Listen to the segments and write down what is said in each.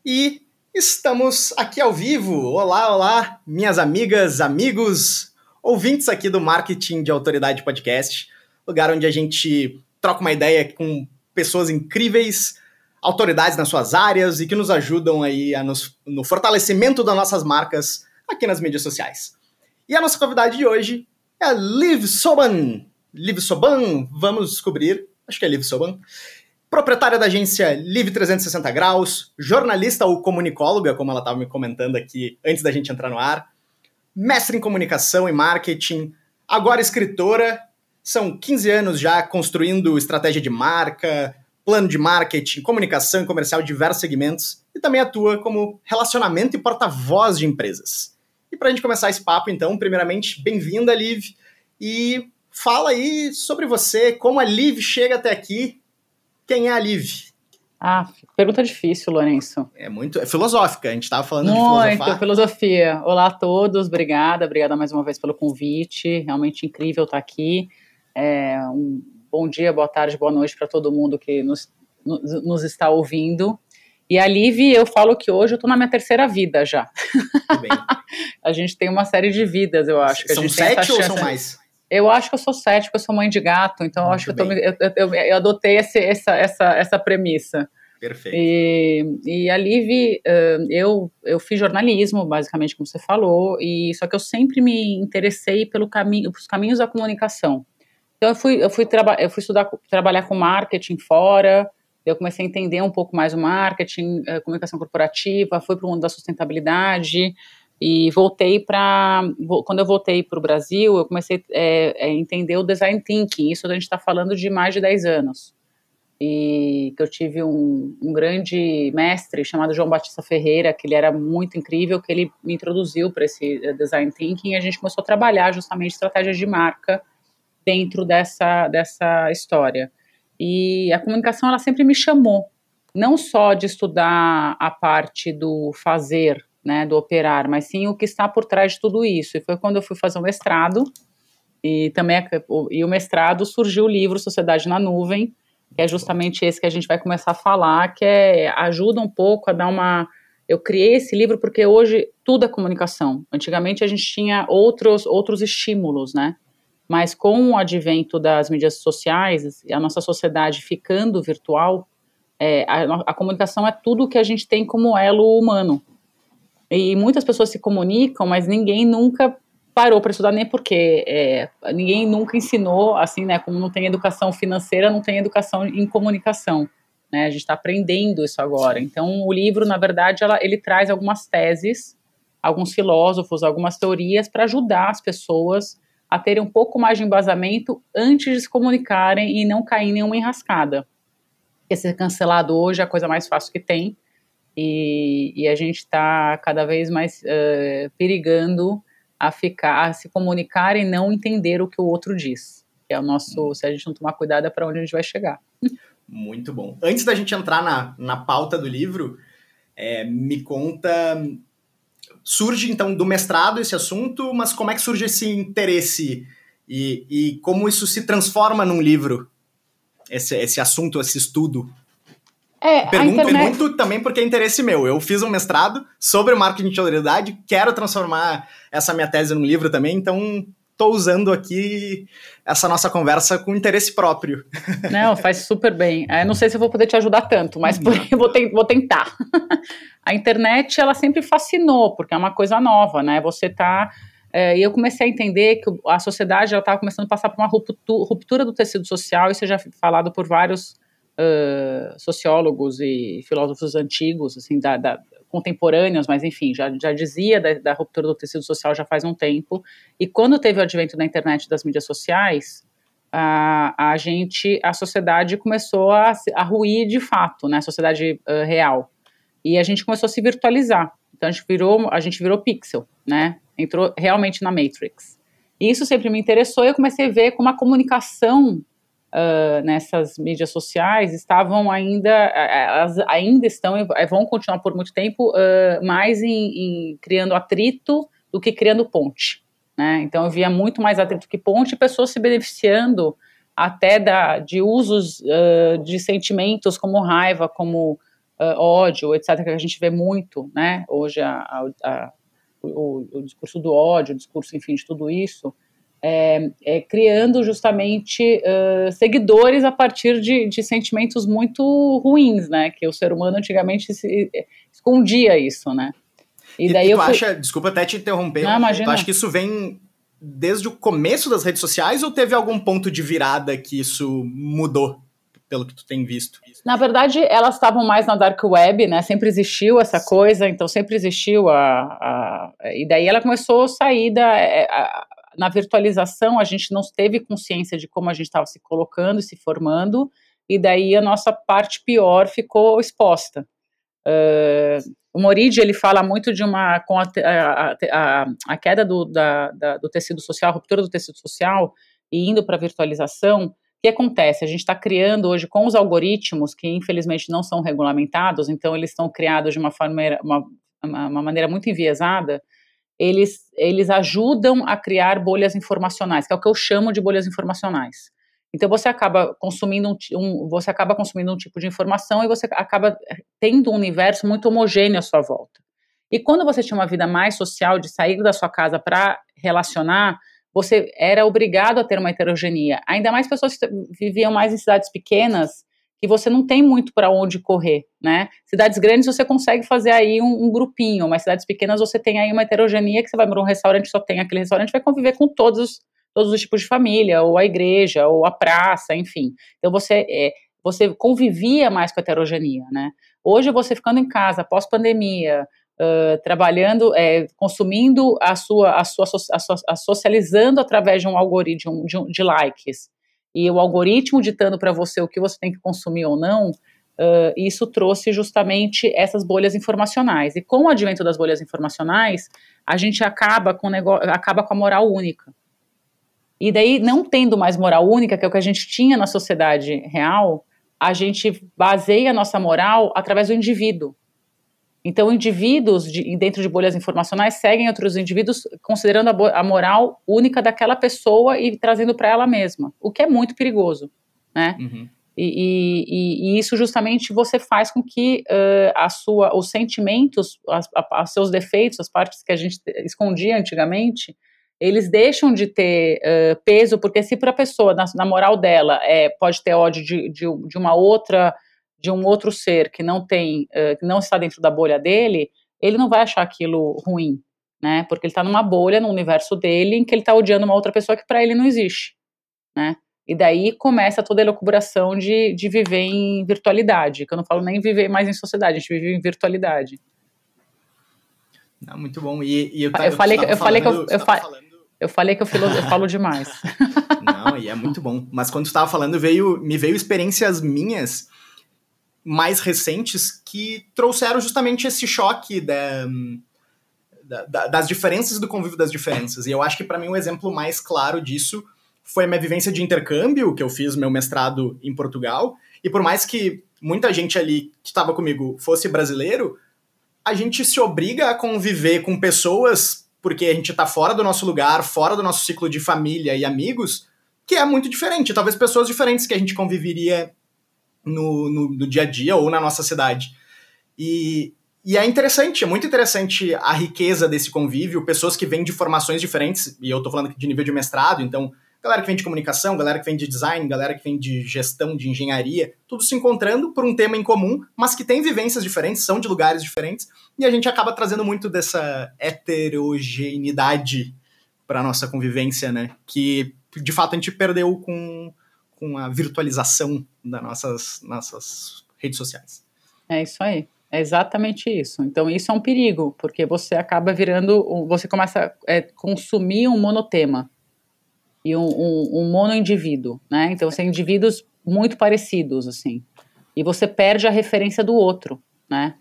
E estamos aqui ao vivo. Olá, olá, minhas amigas, amigos, ouvintes aqui do Marketing de Autoridade Podcast, lugar onde a gente troca uma ideia com pessoas incríveis, autoridades nas suas áreas e que nos ajudam aí no fortalecimento das nossas marcas aqui nas mídias sociais. E a nossa convidada de hoje é a Liv Soban. Liv Soban, vamos descobrir, acho que é Liv Soban, proprietária da agência Liv 360 Graus, jornalista ou comunicóloga, como ela estava me comentando aqui antes da gente entrar no ar, mestre em comunicação e marketing, agora escritora, são 15 anos já construindo estratégia de marca, plano de marketing, comunicação e comercial de diversos segmentos, e também atua como relacionamento e porta-voz de empresas. E para a gente começar esse papo, então, primeiramente, bem-vinda, Liv, e fala aí sobre você, como a Liv chega até aqui. Quem é a Liv? Pergunta difícil, Lourenço. É filosófica, a gente estava falando de filosofar. Muito, filosofia. Olá a todos, obrigada mais uma vez pelo convite, realmente incrível estar aqui. Um bom dia, boa tarde, boa noite para todo mundo que nos está ouvindo. E a Liv, eu falo que hoje eu estou na minha terceira vida já. Muito bem. A gente tem uma série de vidas, eu acho. São 7 ou são mais? Eu acho que eu sou 7, porque eu sou mãe de gato, então eu acho que eu adotei essa premissa. Perfeito. E a Liv, eu fiz jornalismo, basicamente, como você falou, só que eu sempre me interessei pelos caminhos da comunicação. Então eu fui trabalhar com marketing fora, eu comecei a entender um pouco mais o marketing, comunicação corporativa, fui para o mundo da sustentabilidade. E quando eu voltei para o Brasil, eu comecei a entender o design thinking. Isso a gente está falando de mais de 10 anos. E que eu tive um grande mestre chamado João Batista Ferreira, que ele era muito incrível, que ele me introduziu para esse design thinking, e a gente começou a trabalhar justamente estratégias de marca dentro dessa história. E a comunicação, ela sempre me chamou, não só de estudar a parte do fazer, né, do operar, mas sim o que está por trás de tudo isso. E foi quando eu fui fazer o mestrado, e o mestrado surgiu o livro Sociedade na Nuvem, que é justamente esse que a gente vai começar a falar, que ajuda um pouco a dar uma... Eu criei esse livro porque hoje tudo é comunicação. Antigamente a gente tinha outros estímulos, né? Mas com o advento das mídias sociais, a nossa sociedade ficando virtual, a comunicação é tudo que a gente tem como elo humano. E muitas pessoas se comunicam, mas ninguém nunca parou para estudar, nem porque ninguém nunca ensinou, assim, né, como não tem educação financeira, não tem educação em comunicação, né, a gente está aprendendo isso agora. Então, o livro, na verdade, ele traz algumas teses, alguns filósofos, algumas teorias para ajudar as pessoas a terem um pouco mais de embasamento antes de se comunicarem e não cair em nenhuma enrascada. Porque ser cancelado hoje é a coisa mais fácil que tem, e a gente está cada vez mais perigando a se comunicar e não entender o que o outro diz. Que é se a gente não tomar cuidado, é para onde a gente vai chegar. Muito bom. Antes da gente entrar na pauta do livro, me conta... Surge, então, do mestrado esse assunto, mas como é que surge esse interesse e como isso se transforma num livro, esse assunto, esse estudo? Pergunto também porque é interesse meu. Eu fiz um mestrado sobre marketing de autoridade, quero transformar essa minha tese num livro também, então estou usando aqui essa nossa conversa com interesse próprio. Não, faz super bem. Não sei se eu vou poder te ajudar tanto, mas eu vou tentar. A internet, ela sempre fascinou, porque é uma coisa nova, né? E eu comecei a entender que a sociedade estava começando a passar por uma ruptura do tecido social, isso já falado por vários sociólogos e filósofos antigos, assim, contemporâneos, mas enfim, já dizia da ruptura do tecido social já faz um tempo, e quando teve o advento da internet e das mídias sociais, a sociedade começou a ruir de fato, né, a sociedade real, e a gente começou a se virtualizar, então a gente virou pixel, né, entrou realmente na Matrix, e isso sempre me interessou, e eu comecei a ver como a comunicação nessas mídias sociais estavam elas ainda estão e vão continuar por muito tempo mais em criando atrito do que criando ponte, né? Então eu via muito mais atrito que ponte, e pessoas se beneficiando até de usos de sentimentos como raiva, como ódio, etc., que a gente vê muito, né, hoje o discurso do ódio, o discurso, enfim, de tudo isso, criando justamente seguidores a partir de sentimentos muito ruins, né, que o ser humano antigamente escondia isso, né. E daí tu acha, desculpa até te interromper, não, imagina. Tu acha que isso vem desde o começo das redes sociais ou teve algum ponto de virada que isso mudou, pelo que tu tem visto? Na verdade, elas estavam mais na dark web, né? Sempre existiu essa coisa, então sempre existiu e daí ela começou a sair na virtualização, a gente não teve consciência de como a gente estava se colocando e se formando, e daí a nossa parte pior ficou exposta. O Moridi, ele fala muito com a queda do tecido social, a ruptura do tecido social e indo para a virtualização. O que acontece? A gente está criando hoje com os algoritmos, que infelizmente não são regulamentados, então eles estão criados de uma maneira muito enviesada, eles ajudam a criar bolhas informacionais, que é o que eu chamo de bolhas informacionais. Então você acaba consumindo um tipo de informação e você acaba tendo um universo muito homogêneo à sua volta. E quando você tinha uma vida mais social, de sair da sua casa para relacionar, você era obrigado a ter uma heterogeneia. Ainda mais pessoas que viviam mais em cidades pequenas, que você não tem muito para onde correr, né? Cidades grandes você consegue fazer aí um grupinho, mas cidades pequenas você tem aí uma heterogeneia que você vai para um restaurante, só tem aquele restaurante, vai conviver com todos os tipos de família, ou a igreja, ou a praça, enfim. Então você convivia mais com a heterogeneia, né? Hoje você ficando em casa, pós-pandemia, trabalhando, consumindo socializando através de um algoritmo de likes, e o algoritmo ditando para você o que você tem que consumir ou não, isso trouxe justamente essas bolhas informacionais. E com o advento das bolhas informacionais, a gente acaba com a moral única. E daí, não tendo mais moral única, que é o que a gente tinha na sociedade real, a gente baseia a nossa moral através do indivíduo. Então, indivíduos dentro de bolhas informacionais seguem outros indivíduos considerando a moral única daquela pessoa e trazendo para ela mesma, o que é muito perigoso, né? Uhum. E isso justamente você faz com que os sentimentos, os seus defeitos, as partes que a gente escondia antigamente, eles deixam de ter peso, porque se para a pessoa, na moral dela, pode ter ódio de uma outra, de um outro ser que não tem, que não está dentro da bolha dele, ele não vai achar aquilo ruim, né? Porque ele está numa bolha, no universo dele, em que ele está odiando uma outra pessoa que para ele não existe, né? E daí começa toda a elucubração de viver em virtualidade, que eu não falo nem viver mais em sociedade, a gente vive em virtualidade. Não, muito bom. Eu falei que eu falo demais. Não, e é muito bom. Mas quando tu estava falando, me veio experiências minhas mais recentes que trouxeram justamente esse choque das diferenças, do convívio das diferenças. E eu acho que para mim o exemplo mais claro disso foi a minha vivência de intercâmbio, que eu fiz meu mestrado em Portugal. E por mais que muita gente ali que estava comigo fosse brasileiro, a gente se obriga a conviver com pessoas porque a gente está fora do nosso lugar, fora do nosso ciclo de família e amigos, que é muito diferente. Talvez pessoas diferentes que a gente conviveria no dia a dia ou na nossa cidade. E é interessante, é muito interessante a riqueza desse convívio, pessoas que vêm de formações diferentes, e eu tô falando de nível de mestrado, então galera que vem de comunicação, galera que vem de design, galera que vem de gestão, de engenharia, tudo se encontrando por um tema em comum, mas que tem vivências diferentes, são de lugares diferentes, e a gente acaba trazendo muito dessa heterogeneidade para nossa convivência, né? Que, de fato, a gente perdeu com a virtualização das nossas redes sociais. É isso aí. É exatamente isso. Então, isso é um perigo, porque você acaba você começa a consumir um monotema e um monoindivíduo, né? Então, você tem indivíduos muito parecidos, assim. E você perde a referência do outro, né?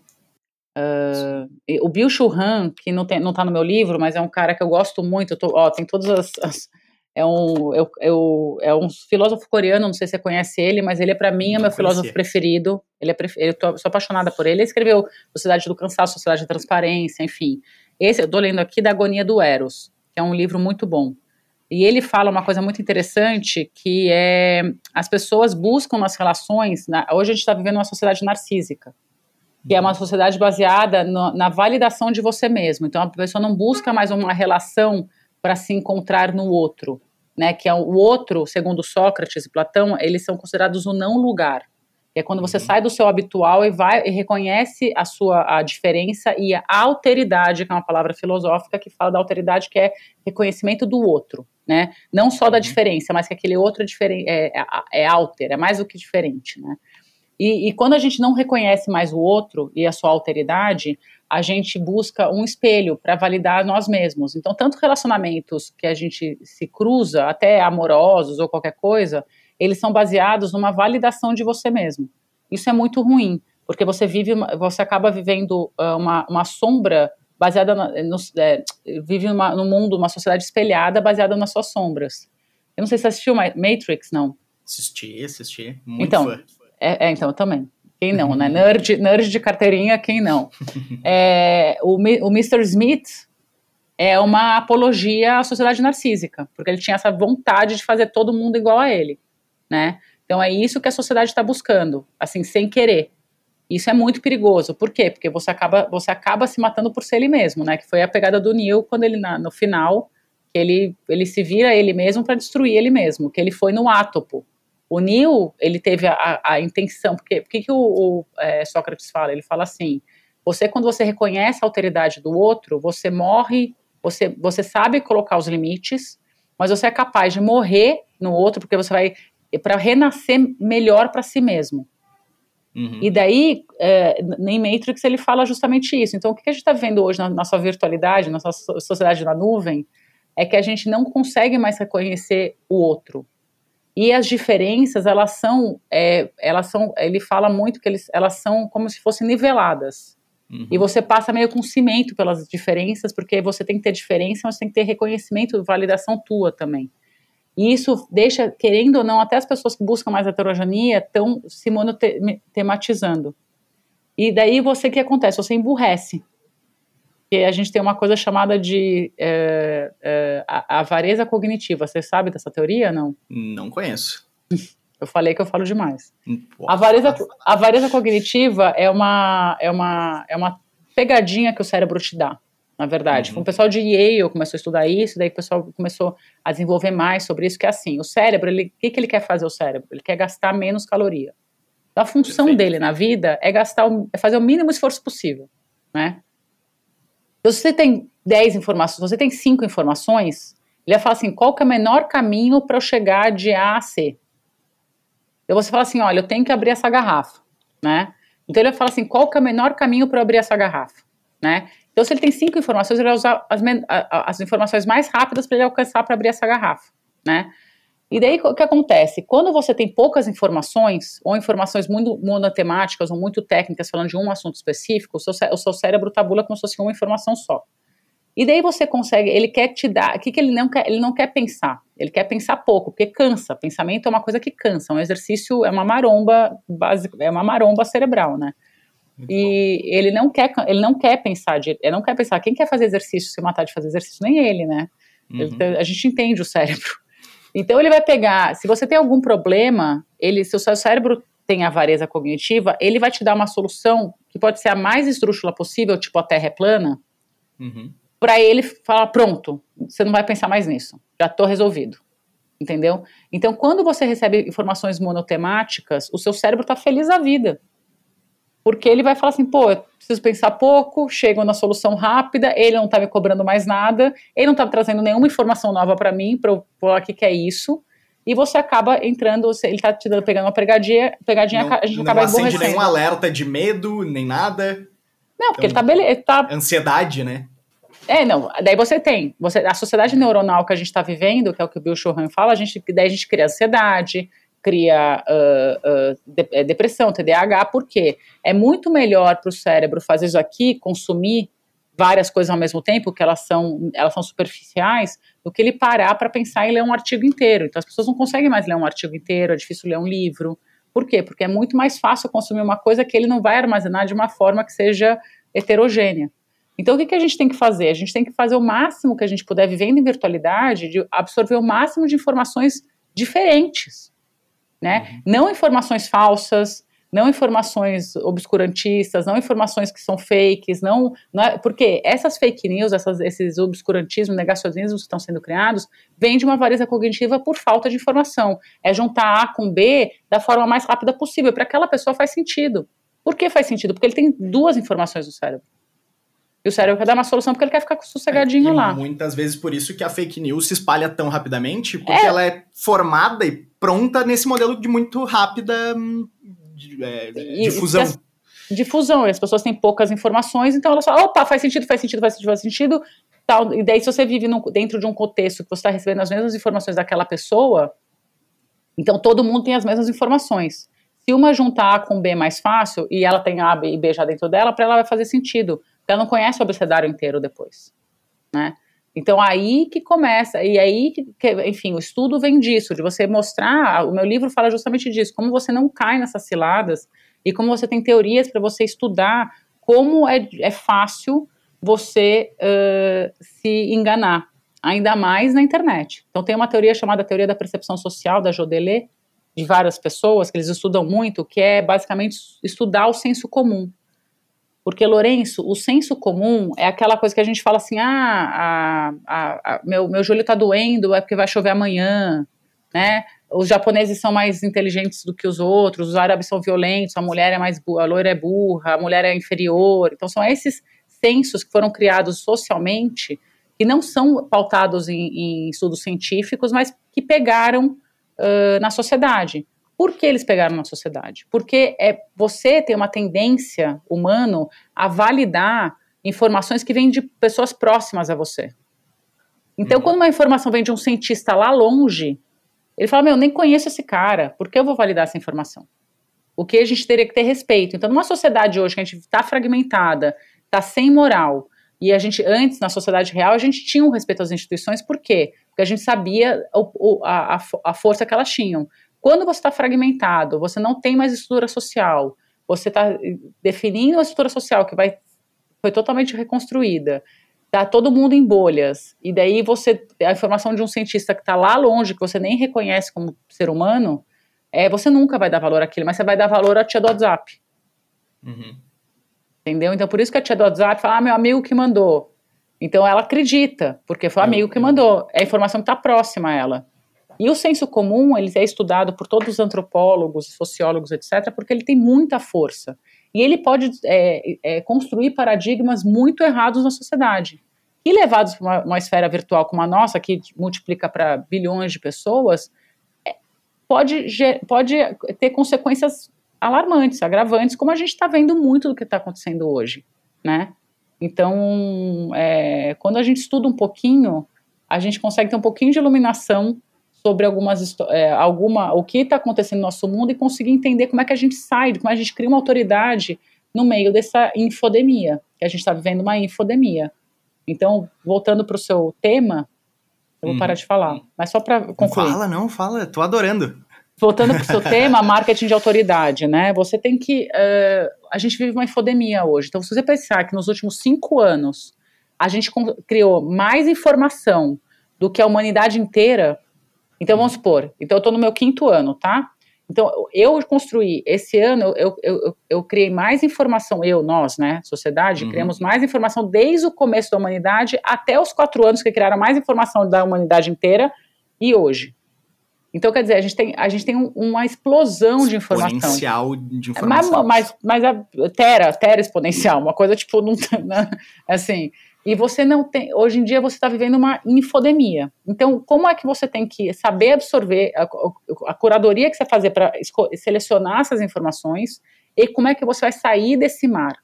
O Byung-Chul Han, que não tá no meu livro, mas é um cara que eu gosto muito. Tem todas é um filósofo coreano, não sei se você conhece ele, mas ele para mim é meu filósofo preferido. Eu sou apaixonada por ele. Ele escreveu Sociedade do Cansaço, Sociedade da Transparência, enfim. Esse eu tô lendo aqui, da Agonia do Eros, que é um livro muito bom. E ele fala uma coisa muito interessante, que é as pessoas buscam nas relações, hoje a gente está vivendo uma sociedade narcísica. que é uma sociedade baseada na validação de você mesmo. Então, a pessoa não busca mais uma relação para se encontrar no outro, né? Que é o outro, segundo Sócrates e Platão, eles são considerados o não lugar. Que é quando você sai do seu habitual e vai e reconhece a diferença e a alteridade, que é uma palavra filosófica que fala da alteridade, que é reconhecimento do outro, né? Não só da diferença, mas que aquele outro é alter, é mais do que diferente, né? E quando a gente não reconhece mais o outro e a sua alteridade, a gente busca um espelho para validar nós mesmos. Então, tanto relacionamentos que a gente se cruza, até amorosos ou qualquer coisa, eles são baseados numa validação de você mesmo. Isso é muito ruim, porque você acaba vivendo uma sombra baseada vive num mundo, uma sociedade espelhada baseada nas suas sombras. Eu não sei se você assistiu Matrix, não? Assisti. Muito então, fã. Então, eu também. Quem não, né? Nerd de carteirinha, quem não? O Mr. Smith é uma apologia à sociedade narcísica, porque ele tinha essa vontade de fazer todo mundo igual a ele, né? Então, é isso que a sociedade está buscando, assim, sem querer. Isso é muito perigoso. Por quê? Porque você acaba se matando por ser ele mesmo, né? Que foi a pegada do Neo quando ele, no final, que ele se vira ele mesmo para destruir ele mesmo, que ele foi no átopo. O Neo, ele teve a intenção, porque o Sócrates fala? Ele fala assim, quando você reconhece a alteridade do outro, você morre, você sabe colocar os limites, mas você é capaz de morrer no outro, porque você vai para renascer melhor para si mesmo. E daí, em Matrix, ele fala justamente isso. Então, o que a gente está vendo hoje na nossa virtualidade, na nossa sociedade na nuvem, é que a gente não consegue mais reconhecer o outro. E as diferenças, ele fala muito que elas são como se fossem niveladas. E você passa meio com cimento pelas diferenças, porque você tem que ter diferença, mas tem que ter reconhecimento e validação tua também. E isso deixa, querendo ou não, até as pessoas que buscam mais heterogeneia estão se monotematizando. E daí o que acontece? Você emburrece. Porque a gente tem uma coisa chamada de avareza cognitiva. Você sabe dessa teoria, não? Não conheço. Eu falei que eu falo demais. A avareza cognitiva é uma pegadinha que o cérebro te dá, na verdade. O pessoal de Yale começou a estudar isso, daí o pessoal começou a desenvolver mais sobre isso, que é assim, o cérebro, o que ele quer fazer o cérebro? Ele quer gastar menos caloria. Então, a função dele na vida é fazer o mínimo esforço possível, né? Então, se você tem 10 informações, se você tem 5 informações, ele vai falar assim, qual que é o menor caminho para eu chegar de A a C? Então você fala assim, olha, eu tenho que abrir essa garrafa, né? Então ele vai falar assim, qual que é o menor caminho para eu abrir essa garrafa, né? Então se ele tem 5 informações, ele vai usar as informações mais rápidas para ele alcançar para abrir essa garrafa, né? E daí o que acontece? Quando você tem poucas informações, ou informações muito monotemáticas, ou muito técnicas, falando de um assunto específico, o seu cérebro tabula como se fosse uma informação só. E daí você consegue, ele quer te dar, o que ele não quer? Ele não quer pensar, ele quer pensar pouco, porque cansa, pensamento é uma coisa que cansa, um exercício é uma maromba básica, é uma maromba cerebral, né? E ele não quer pensar, ele não quer pensar, quem quer fazer exercício, se matar de fazer exercício? Nem ele, né? A gente entende o cérebro. Então ele vai pegar, se você tem algum problema, se o seu cérebro tem avareza cognitiva, ele vai te dar uma solução que pode ser a mais esdrúxula possível, tipo a Terra é plana, para ele falar, pronto, você não vai pensar mais nisso, já estou resolvido, entendeu? Então, quando você recebe informações monotemáticas, o seu cérebro está feliz da vida, porque ele vai falar assim, pô, eu preciso pensar pouco, chego na solução rápida, ele não está me cobrando mais nada, ele não está trazendo nenhuma informação nova para mim, para eu falar o que é isso, e você acaba entrando, ele está te dando, pegando uma pegadinha, a gente acaba emborrecendo. Não acende nenhum alerta de medo, nem nada. Não, porque então, ele tá... Ansiedade, né? Não, daí você tem, a sociedade neuronal que a gente está vivendo, que é o que o Bill Shohan fala, daí a gente cria ansiedade, cria depressão, TDAH, por quê? É muito melhor para o cérebro fazer isso aqui, consumir várias coisas ao mesmo tempo, que elas são superficiais, do que ele parar para pensar em ler um artigo inteiro. Então as pessoas não conseguem mais ler um artigo inteiro, é difícil ler um livro. Por quê? Porque é muito mais fácil consumir uma coisa que ele não vai armazenar de uma forma que seja heterogênea. Então, o que a gente tem que fazer? A gente tem que fazer o máximo que a gente puder, vivendo em virtualidade, de absorver o máximo de informações diferentes, né? Não informações falsas, não informações obscurantistas, não informações que são fakes, não é, porque essas fake news, esses obscurantismos, negacionismos que estão sendo criados, vêm de uma avareza cognitiva por falta de informação. É juntar A com B da forma mais rápida possível. Para aquela pessoa faz sentido. Por que faz sentido? Porque ele tem duas informações no cérebro. E o cérebro quer dar uma solução porque ele quer ficar sossegadinho lá. Muitas vezes por isso que a fake news se espalha tão rapidamente, porque ela é formada e pronta nesse modelo de muito rápida difusão. Difusão, e as pessoas têm poucas informações, então elas falam, opa, faz sentido, tal. E daí se você vive dentro de um contexto que você está recebendo as mesmas informações daquela pessoa, então todo mundo tem as mesmas informações. Se uma juntar A com B mais fácil, e ela tem A, B e B já dentro dela, para ela vai fazer sentido. Ela não conhece o abecedário inteiro depois, né? Então, aí que começa, e aí que, enfim, o estudo vem disso, de você mostrar, o meu livro fala justamente disso, como você não cai nessas ciladas, e como você tem teorias para você estudar como é fácil você se enganar, ainda mais na internet. Então, tem uma teoria chamada teoria da percepção social, da Jodelet, de várias pessoas, que eles estudam muito, que é basicamente estudar o senso comum. Porque, Lourenço, o senso comum é aquela coisa que a gente fala assim, meu joelho está doendo, é porque vai chover amanhã, né? Os japoneses são mais inteligentes do que os outros, os árabes são violentos, a mulher é mais burra, a loira é burra, a mulher é inferior. Então, são esses sensos que foram criados socialmente, que não são pautados em estudos científicos, mas que pegaram na sociedade. Por que eles pegaram na sociedade? Porque você tem uma tendência humana a validar informações que vêm de pessoas próximas a você. Então, quando uma informação vem de um cientista lá longe, ele fala, nem conheço esse cara, por que eu vou validar essa informação? O que a gente teria que ter respeito. Então, numa sociedade hoje que a gente está fragmentada, está sem moral, e a gente, antes, na sociedade real, a gente tinha um respeito às instituições, por quê? Porque a gente sabia a força que elas tinham. Quando você está fragmentado, você não tem mais estrutura social, você está definindo a estrutura social que foi totalmente reconstruída, está todo mundo em bolhas, e daí a informação de um cientista que está lá longe, que você nem reconhece como ser humano, você nunca vai dar valor àquilo, mas você vai dar valor à tia do WhatsApp. Uhum. Entendeu? Então, por isso que a tia do WhatsApp fala, meu amigo que mandou. Então, ela acredita, porque foi o amigo que mandou. É a informação que está próxima a ela. E o senso comum, ele é estudado por todos os antropólogos, sociólogos, etc., porque ele tem muita força. E ele pode construir paradigmas muito errados na sociedade. E levados para uma esfera virtual como a nossa, que multiplica para bilhões de pessoas, pode ter consequências alarmantes, agravantes, como a gente está vendo muito do que está acontecendo hoje, né? Então, quando a gente estuda um pouquinho, a gente consegue ter um pouquinho de iluminação sobre o que está acontecendo no nosso mundo e conseguir entender como é que a gente como a gente cria uma autoridade no meio dessa infodemia, que a gente está vivendo uma infodemia. Então, voltando para o seu tema, eu vou parar de falar, mas só para concluir. Fala, tô adorando. Voltando para o seu tema, marketing de autoridade, né? Você tem que... a gente vive uma infodemia hoje, então se você pensar que nos últimos 5 anos a gente criou mais informação do que a humanidade inteira. Então, vamos supor, eu estou no meu 5º ano, tá? Então, eu construí, esse ano, eu criei mais informação, nós, né, sociedade, criamos mais informação desde o começo da humanidade até os 4 anos que criaram mais informação da humanidade inteira e hoje. Então, quer dizer, a gente tem uma explosão de informação. Exponencial de informação. Mas tera exponencial, uma coisa tipo, não, assim... E você não tem, hoje em dia você está vivendo uma infodemia. Então, como é que você tem que saber absorver a curadoria que você vai fazer para selecionar essas informações e como é que você vai sair desse mar,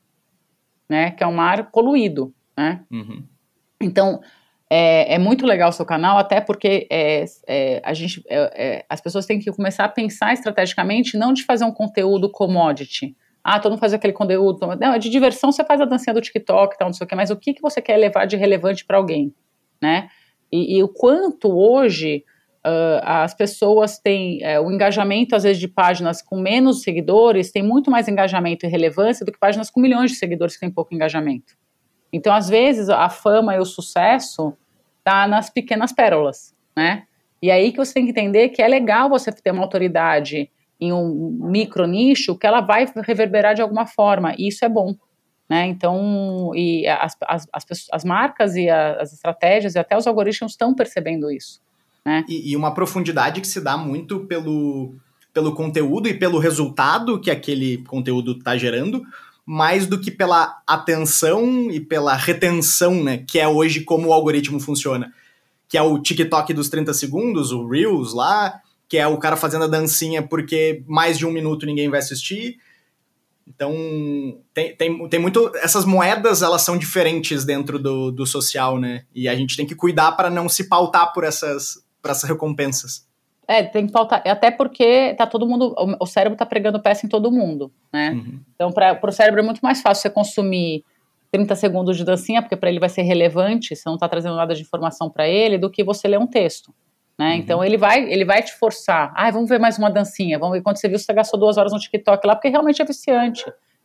né? Que é um mar poluído, né? Uhum. Então, é muito legal o seu canal, até porque as pessoas têm que começar a pensar estrategicamente, não de fazer um conteúdo commodity. Todo mundo faz aquele conteúdo. Não, de diversão você faz a dancinha do TikTok, tal, não sei o quê, mas o que você quer levar de relevante para alguém, né? E o quanto hoje as pessoas têm o engajamento, às vezes, de páginas com menos seguidores, tem muito mais engajamento e relevância do que páginas com milhões de seguidores que têm pouco engajamento. Então, às vezes, a fama e o sucesso tá nas pequenas pérolas, né? E aí que você tem que entender que é legal você ter uma autoridade em um micro nicho que ela vai reverberar de alguma forma, e isso é bom, né? Então, e as marcas e as estratégias e até os algoritmos estão percebendo isso, né? E uma profundidade que se dá muito pelo conteúdo e pelo resultado que aquele conteúdo está gerando, mais do que pela atenção e pela retenção, né? Que é hoje como o algoritmo funciona. Que é o TikTok dos 30 segundos, o Reels lá, que é o cara fazendo a dancinha porque mais de 1 minuto ninguém vai assistir. Então, tem muito... Essas moedas, elas são diferentes dentro do social, né? E a gente tem que cuidar para não se pautar por essas recompensas. Tem que pautar, até porque tá todo mundo, o cérebro tá pregando peça em todo mundo, né? Uhum. Então, para o cérebro é muito mais fácil você consumir 30 segundos de dancinha, porque para ele vai ser relevante, você não tá trazendo nada de informação para ele, do que você ler um texto, né? Então, ele vai te forçar, vamos ver mais uma dancinha, vamos ver, quando você viu, você gastou 2 horas no TikTok lá, porque realmente é viciante.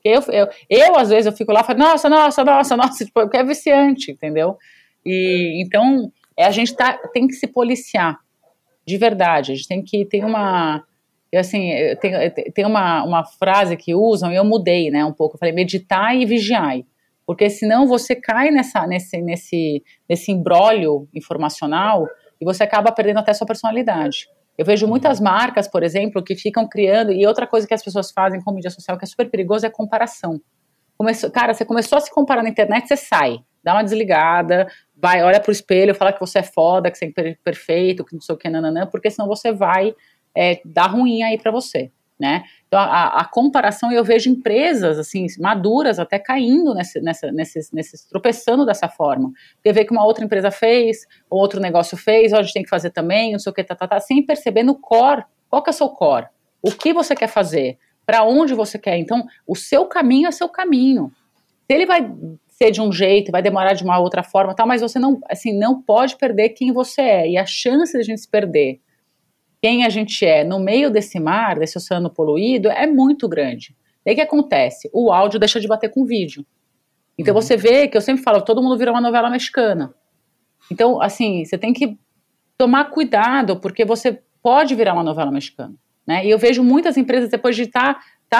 Eu às vezes, eu fico lá e falo, nossa, tipo, porque é viciante, entendeu? E, então, a gente tem que se policiar, de verdade. A gente tem que ter assim, tem uma frase que usam, e eu mudei, né, um pouco. Eu falei, meditai e vigiai. Porque senão você cai nesse imbróglio informacional e você acaba perdendo até sua personalidade. Eu vejo muitas marcas, por exemplo, que ficam criando, e outra coisa que as pessoas fazem com mídia social que é super perigoso é comparação. Cara, você começou a se comparar na internet, você sai, dá uma desligada, vai, olha pro espelho, fala que você é foda, que você é perfeito, que não sei o que, nananã, porque senão você vai dar ruim aí pra você, né? Então, a comparação, eu vejo empresas, assim, maduras até caindo nesses tropeçando dessa forma. Porque vê que uma outra empresa fez, outro negócio fez, a gente tem que fazer também, não sei o que, sem perceber no core, qual que é o seu core? O que você quer fazer? Para onde você quer? Então, o seu caminho é seu caminho. Se ele vai ser de um jeito, vai demorar de uma outra forma, tal, mas você não pode perder quem você é. E a chance de a gente se perder quem a gente é no meio desse mar, desse oceano poluído, é muito grande. E aí o que acontece? O áudio deixa de bater com o vídeo. Então você vê que eu sempre falo, todo mundo vira uma novela mexicana. Então, assim, você tem que tomar cuidado, porque você pode virar uma novela mexicana, né? E eu vejo muitas empresas, depois de estar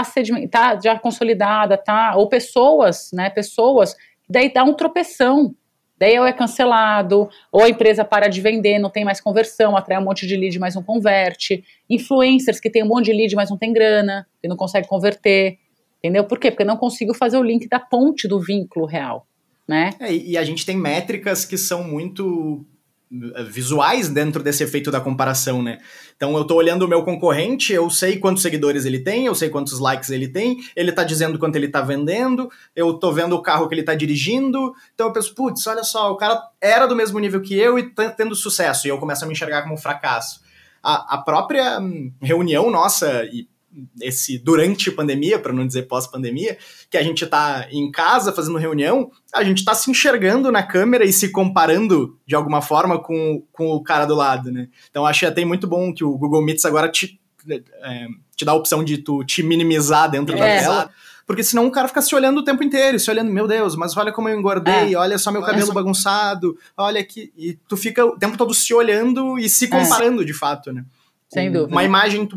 já consolidada, ou pessoas, né? Pessoas, daí dá um tropeção. Daí ou é cancelado, ou a empresa para de vender, não tem mais conversão, atrai um monte de lead, mas não converte. Influencers que tem um monte de lead, mas não tem grana, que não consegue converter. Entendeu? Por quê? Porque não consigo fazer o link da ponte do vínculo real, né? E a gente tem métricas que são muito visuais dentro desse efeito da comparação, né? Então eu tô olhando o meu concorrente, eu sei quantos seguidores ele tem, eu sei quantos likes ele tem, ele tá dizendo quanto ele tá vendendo, eu tô vendo o carro que ele tá dirigindo, então eu penso, putz, olha só, o cara era do mesmo nível que eu e tá tendo sucesso, e eu começo a me enxergar como um fracasso. A própria reunião nossa, e durante pandemia, para não dizer pós-pandemia, que a gente tá em casa fazendo reunião, a gente tá se enxergando na câmera e se comparando de alguma forma com o cara do lado, né? Então acho até muito bom que o Google Meets agora te dá a opção de tu te minimizar dentro da tela, porque senão o cara fica se olhando o tempo inteiro, se olhando, meu Deus, mas olha como eu engordei, olha só meu cabelo bagunçado, olha aqui, e tu fica o tempo todo se olhando e se comparando de fato, né? Sem dúvida. Uma imagem...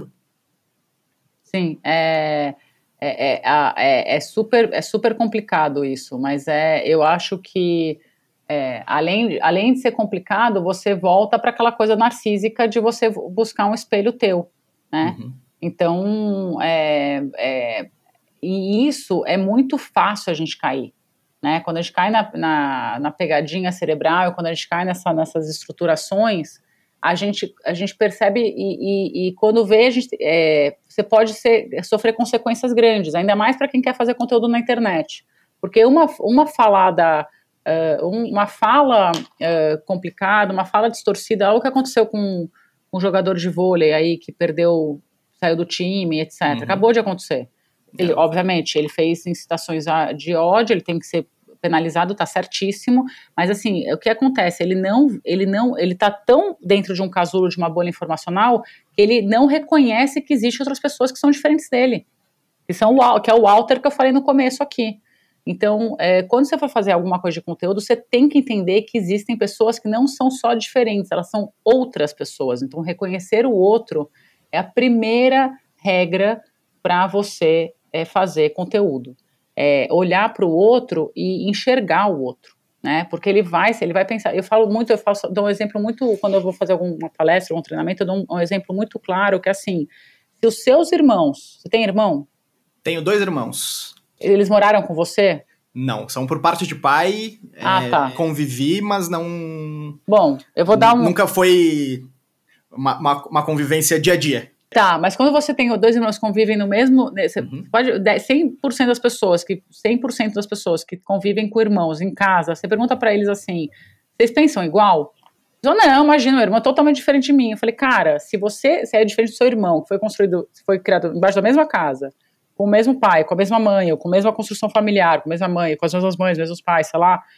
Sim, é super complicado isso, mas eu acho que além de ser complicado, você volta para aquela coisa narcísica de você buscar um espelho teu, né? Uhum. Então, e isso é muito fácil a gente cair, né? Quando a gente cai na pegadinha cerebral, quando a gente cai nessas estruturações, a gente percebe e quando vê, você pode sofrer consequências grandes, ainda mais para quem quer fazer conteúdo na internet. Porque uma fala complicada, uma fala distorcida, algo que aconteceu com um jogador de vôlei aí que saiu do time, etc. Acabou de acontecer. Obviamente, ele fez incitações de ódio, ele tem que ser penalizado, tá certíssimo, mas assim, o que acontece? Ele tá tão dentro de um casulo, de uma bolha informacional, que ele não reconhece que existem outras pessoas que são diferentes dele, que é o Walter que eu falei no começo aqui. Então, quando você for fazer alguma coisa de conteúdo, você tem que entender que existem pessoas que não são só diferentes, elas são outras pessoas. Então, reconhecer o outro é a primeira regra para você fazer conteúdo. Olhar para o outro e enxergar o outro, né? Porque ele vai pensar. Dou um exemplo muito, quando eu vou fazer alguma palestra, algum treinamento, eu dou um exemplo muito claro, que é assim, se os seus irmãos, você tem irmão? Tenho 2 irmãos. Eles moraram com você? Não, são por parte de pai, Tá. Convivi, mas não... Bom, eu vou dar Nunca foi uma convivência dia a dia. Tá, mas quando você tem 2 irmãos que convivem no mesmo... Você pode, 100% das pessoas que convivem com irmãos em casa, você pergunta pra eles assim, vocês pensam igual? Eu não, imagina, meu irmão é totalmente diferente de mim. Eu falei, cara, se é diferente do seu irmão, que foi criado embaixo da mesma casa, com o mesmo pai, com a mesma mãe, ou com a mesma construção familiar, com a mesma mãe, com as mesmas mães, os mesmos pais, sei lá,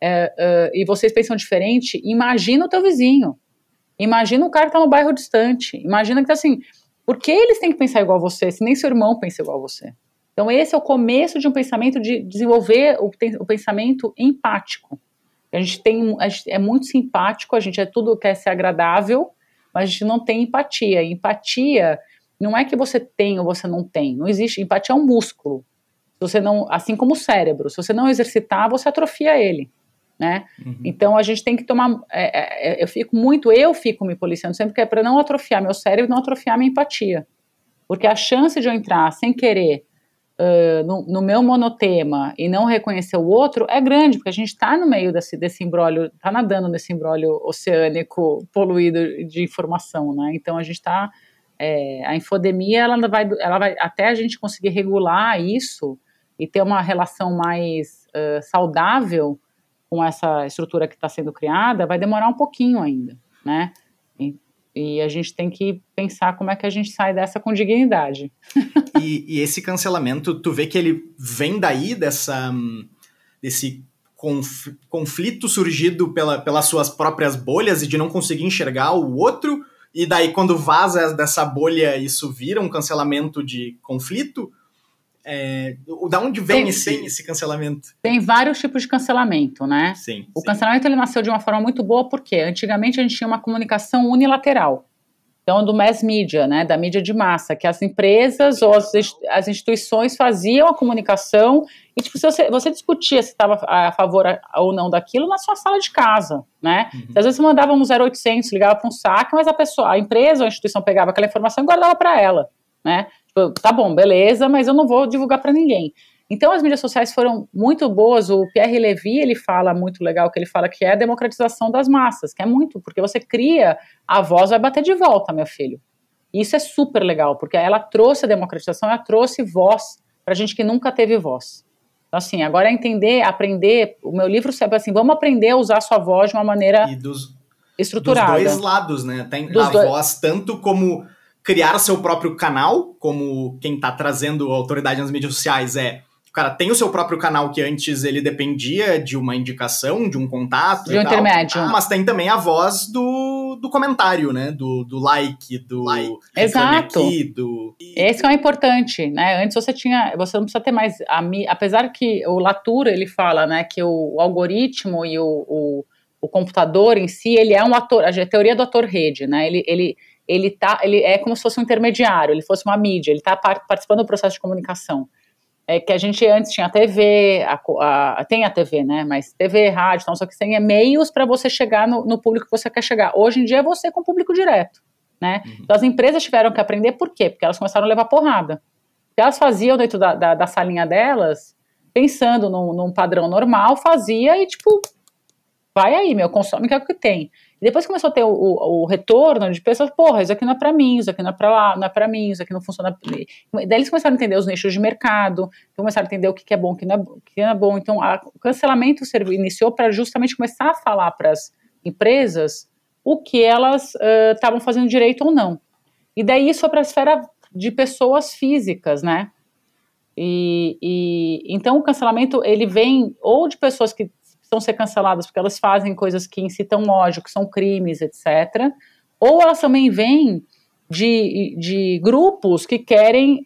e vocês pensam diferente, imagina o teu vizinho. Imagina o cara que tá no bairro distante. Imagina que tá assim... Por que eles têm que pensar igual a você, se nem seu irmão pensa igual a você? Então esse é o começo de um pensamento, de desenvolver o pensamento empático. A gente é muito simpático, a gente tudo quer ser agradável, mas a gente não tem empatia. E empatia não é que você tem ou você não tem. Não existe. Empatia é um músculo. Se você não, assim como o cérebro, se você não exercitar, você atrofia ele, né? Então a gente tem que tomar. Eu fico me policiando sempre, que é para não atrofiar meu cérebro e não atrofiar minha empatia. Porque a chance de eu entrar sem querer no meu monotema e não reconhecer o outro é grande, porque a gente está no meio desse imbróglio, está nadando nesse imbróglio oceânico poluído de informação, né? Então a gente está. A infodemia ela vai até a gente conseguir regular isso e ter uma relação mais saudável com essa estrutura que está sendo criada, vai demorar um pouquinho ainda, né? E a gente tem que pensar como é que a gente sai dessa com dignidade. E esse cancelamento, tu vê que ele vem daí desse conflito surgido pelas suas próprias bolhas e de não conseguir enxergar o outro, e daí quando vaza dessa bolha isso vira um cancelamento de conflito? Da onde vem esse cancelamento? Tem vários tipos de cancelamento, né? Sim. O cancelamento ele nasceu de uma forma muito boa, porque antigamente a gente tinha uma comunicação unilateral. Então, do mass media, né, da mídia de massa, que as empresas ou as instituições faziam a comunicação e, tipo, você discutia se estava a favor ou não daquilo na sua sala de casa, né? Às vezes você mandava um 0800, ligava para um saque, mas a empresa ou a instituição pegava aquela informação e guardava para ela, né? Tipo, tá bom, beleza, mas eu não vou divulgar para ninguém. Então, as mídias sociais foram muito boas. O Pierre Levy, ele fala muito legal, que ele fala que é a democratização das massas, que é muito, porque você cria, a voz vai bater de volta, meu filho. E isso é super legal, porque ela trouxe a democratização, ela trouxe voz pra gente que nunca teve voz. Então, assim, agora é entender, aprender, o meu livro serve assim, vamos aprender a usar a sua voz de uma maneira estruturada. Dos dois lados, né? Tem voz tanto como criar seu próprio canal, como quem tá trazendo autoridade nas mídias sociais o cara tem o seu próprio canal, que antes ele dependia de uma indicação, de um contato de um intermédio. Mas tem também a voz do comentário, né? Do like, Exato. Aqui, Esse é o importante, né? Antes você não precisa ter mais, apesar que o Latour, ele fala, né, que o algoritmo e o computador em si, ele é um ator, a teoria do ator-rede, né? Ele é como se fosse um intermediário, ele fosse uma mídia, ele está participando do processo de comunicação. Que a gente antes tinha a TV, tem a TV, né, mas TV, rádio, então, só que tem meios para você chegar no público que você quer chegar. Hoje em dia é você com o público direto, né? Então as empresas tiveram que aprender, por quê? Porque elas começaram a levar porrada. Porque elas faziam dentro da salinha delas, pensando num padrão normal, fazia e tipo, vai aí, consome que é o que tem. E depois começou a ter o retorno de pessoas, porra, isso aqui não é pra mim, isso aqui não é pra lá, não é pra mim, isso aqui não funciona. Daí eles começaram a entender os nichos de mercado, começaram a entender o que é bom, o que não é bom. Então, o cancelamento iniciou para justamente começar a falar para as empresas o que elas estavam fazendo direito ou não. E daí isso foi para a esfera de pessoas físicas, né? Então o cancelamento, ele vem ou de pessoas que precisam ser canceladas porque elas fazem coisas que incitam ódio, que são crimes, etc. Ou elas também vêm de grupos que querem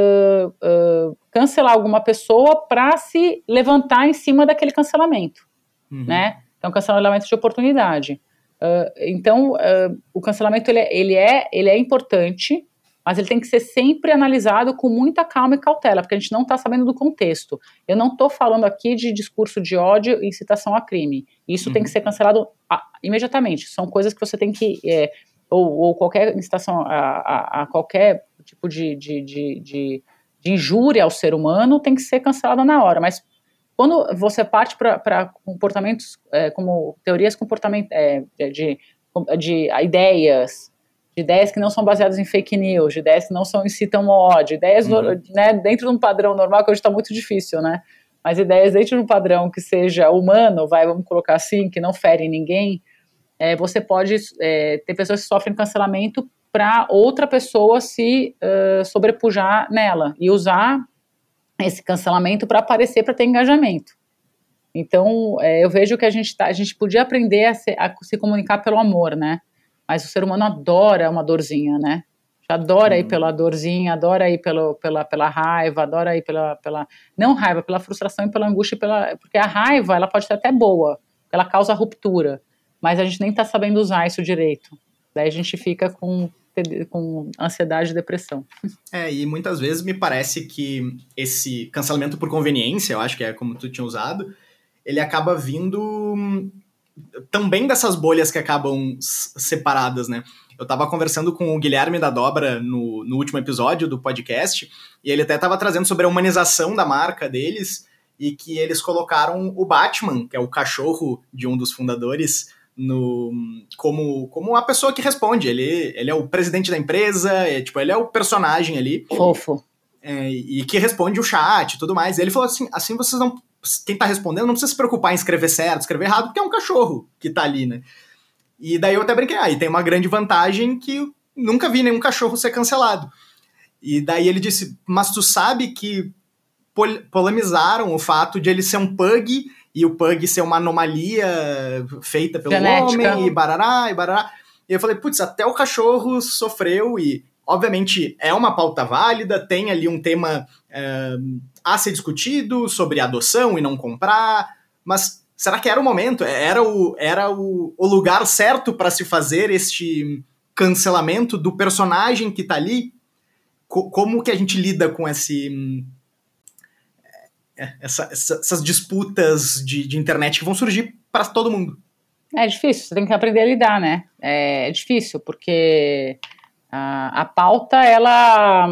cancelar alguma pessoa para se levantar em cima daquele cancelamento, né? Então, cancelamento de oportunidade. Então, o cancelamento ele é importante, mas ele tem que ser sempre analisado com muita calma e cautela, porque a gente não está sabendo do contexto. Eu não estou falando aqui de discurso de ódio e incitação a crime. Isso tem que ser cancelado imediatamente. São coisas que você tem que... ou qualquer incitação a qualquer tipo de injúria ao ser humano tem que ser cancelada na hora. Mas quando você parte para comportamentos como teorias de ideias que não são baseadas em fake news, de ideias que não incitam ódio, ideias né, dentro de um padrão normal, que hoje está muito difícil, né? Mas ideias dentro de um padrão que seja humano, vamos colocar assim, que não fere ninguém, você pode ter pessoas que sofrem cancelamento para outra pessoa se sobrepujar nela e usar esse cancelamento para aparecer, para ter engajamento. Então, eu vejo que a gente podia aprender a se comunicar pelo amor, né? Mas o ser humano adora uma dorzinha, né? Adora ir pela dorzinha, adora ir pela raiva, adora ir pela não raiva, pela frustração e pela angústia, porque a raiva, ela pode ser até boa, ela causa ruptura, mas a gente nem está sabendo usar isso direito. Daí a gente fica com ansiedade e depressão. E muitas vezes me parece que esse cancelamento por conveniência, eu acho que é como tu tinha usado, ele acaba vindo também dessas bolhas que acabam separadas, né? Eu tava conversando com o Guilherme da Dobra no último episódio do podcast, e ele até tava trazendo sobre a humanização da marca deles, e que eles colocaram o Batman, que é o cachorro de um dos fundadores, como a pessoa que responde. Ele é o presidente da empresa, ele é o personagem ali. Fofo. E que responde o chat e tudo mais. E ele falou assim vocês não... Quem tá respondendo não precisa se preocupar em escrever certo, escrever errado, porque é um cachorro que tá ali, né? E daí eu até brinquei, e tem uma grande vantagem que nunca vi nenhum cachorro ser cancelado. E daí ele disse, mas tu sabe que polemizaram o fato de ele ser um pug, e o pug ser uma anomalia feita pelo genética. Homem, e barará, e barará. E eu falei, putz, até o cachorro sofreu, e obviamente é uma pauta válida, tem ali um tema a ser discutido sobre adoção e não comprar, mas será que era o momento? Era o lugar certo para se fazer este cancelamento do personagem que tá ali? Como que a gente lida com essas disputas de internet que vão surgir para todo mundo? É difícil, você tem que aprender a lidar, né? É difícil, porque a pauta, ela...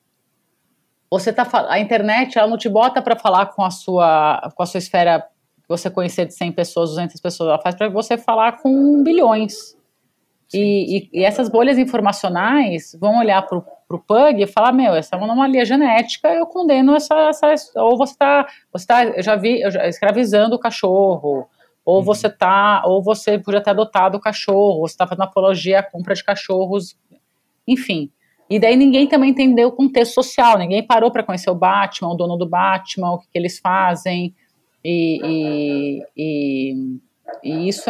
a internet, ela não te bota para falar com a sua esfera que você conhecer de 100 pessoas, 200 pessoas, ela faz para você falar com bilhões. E essas bolhas informacionais vão olhar para o pug e falar, essa é uma anomalia genética, eu condeno ou você tá, eu já escravizando o cachorro, ou você podia ter adotado o cachorro, você está fazendo apologia à compra de cachorros, enfim. E daí ninguém também entendeu o contexto social, ninguém parou para conhecer o Batman, o dono do Batman, o que eles fazem, e isso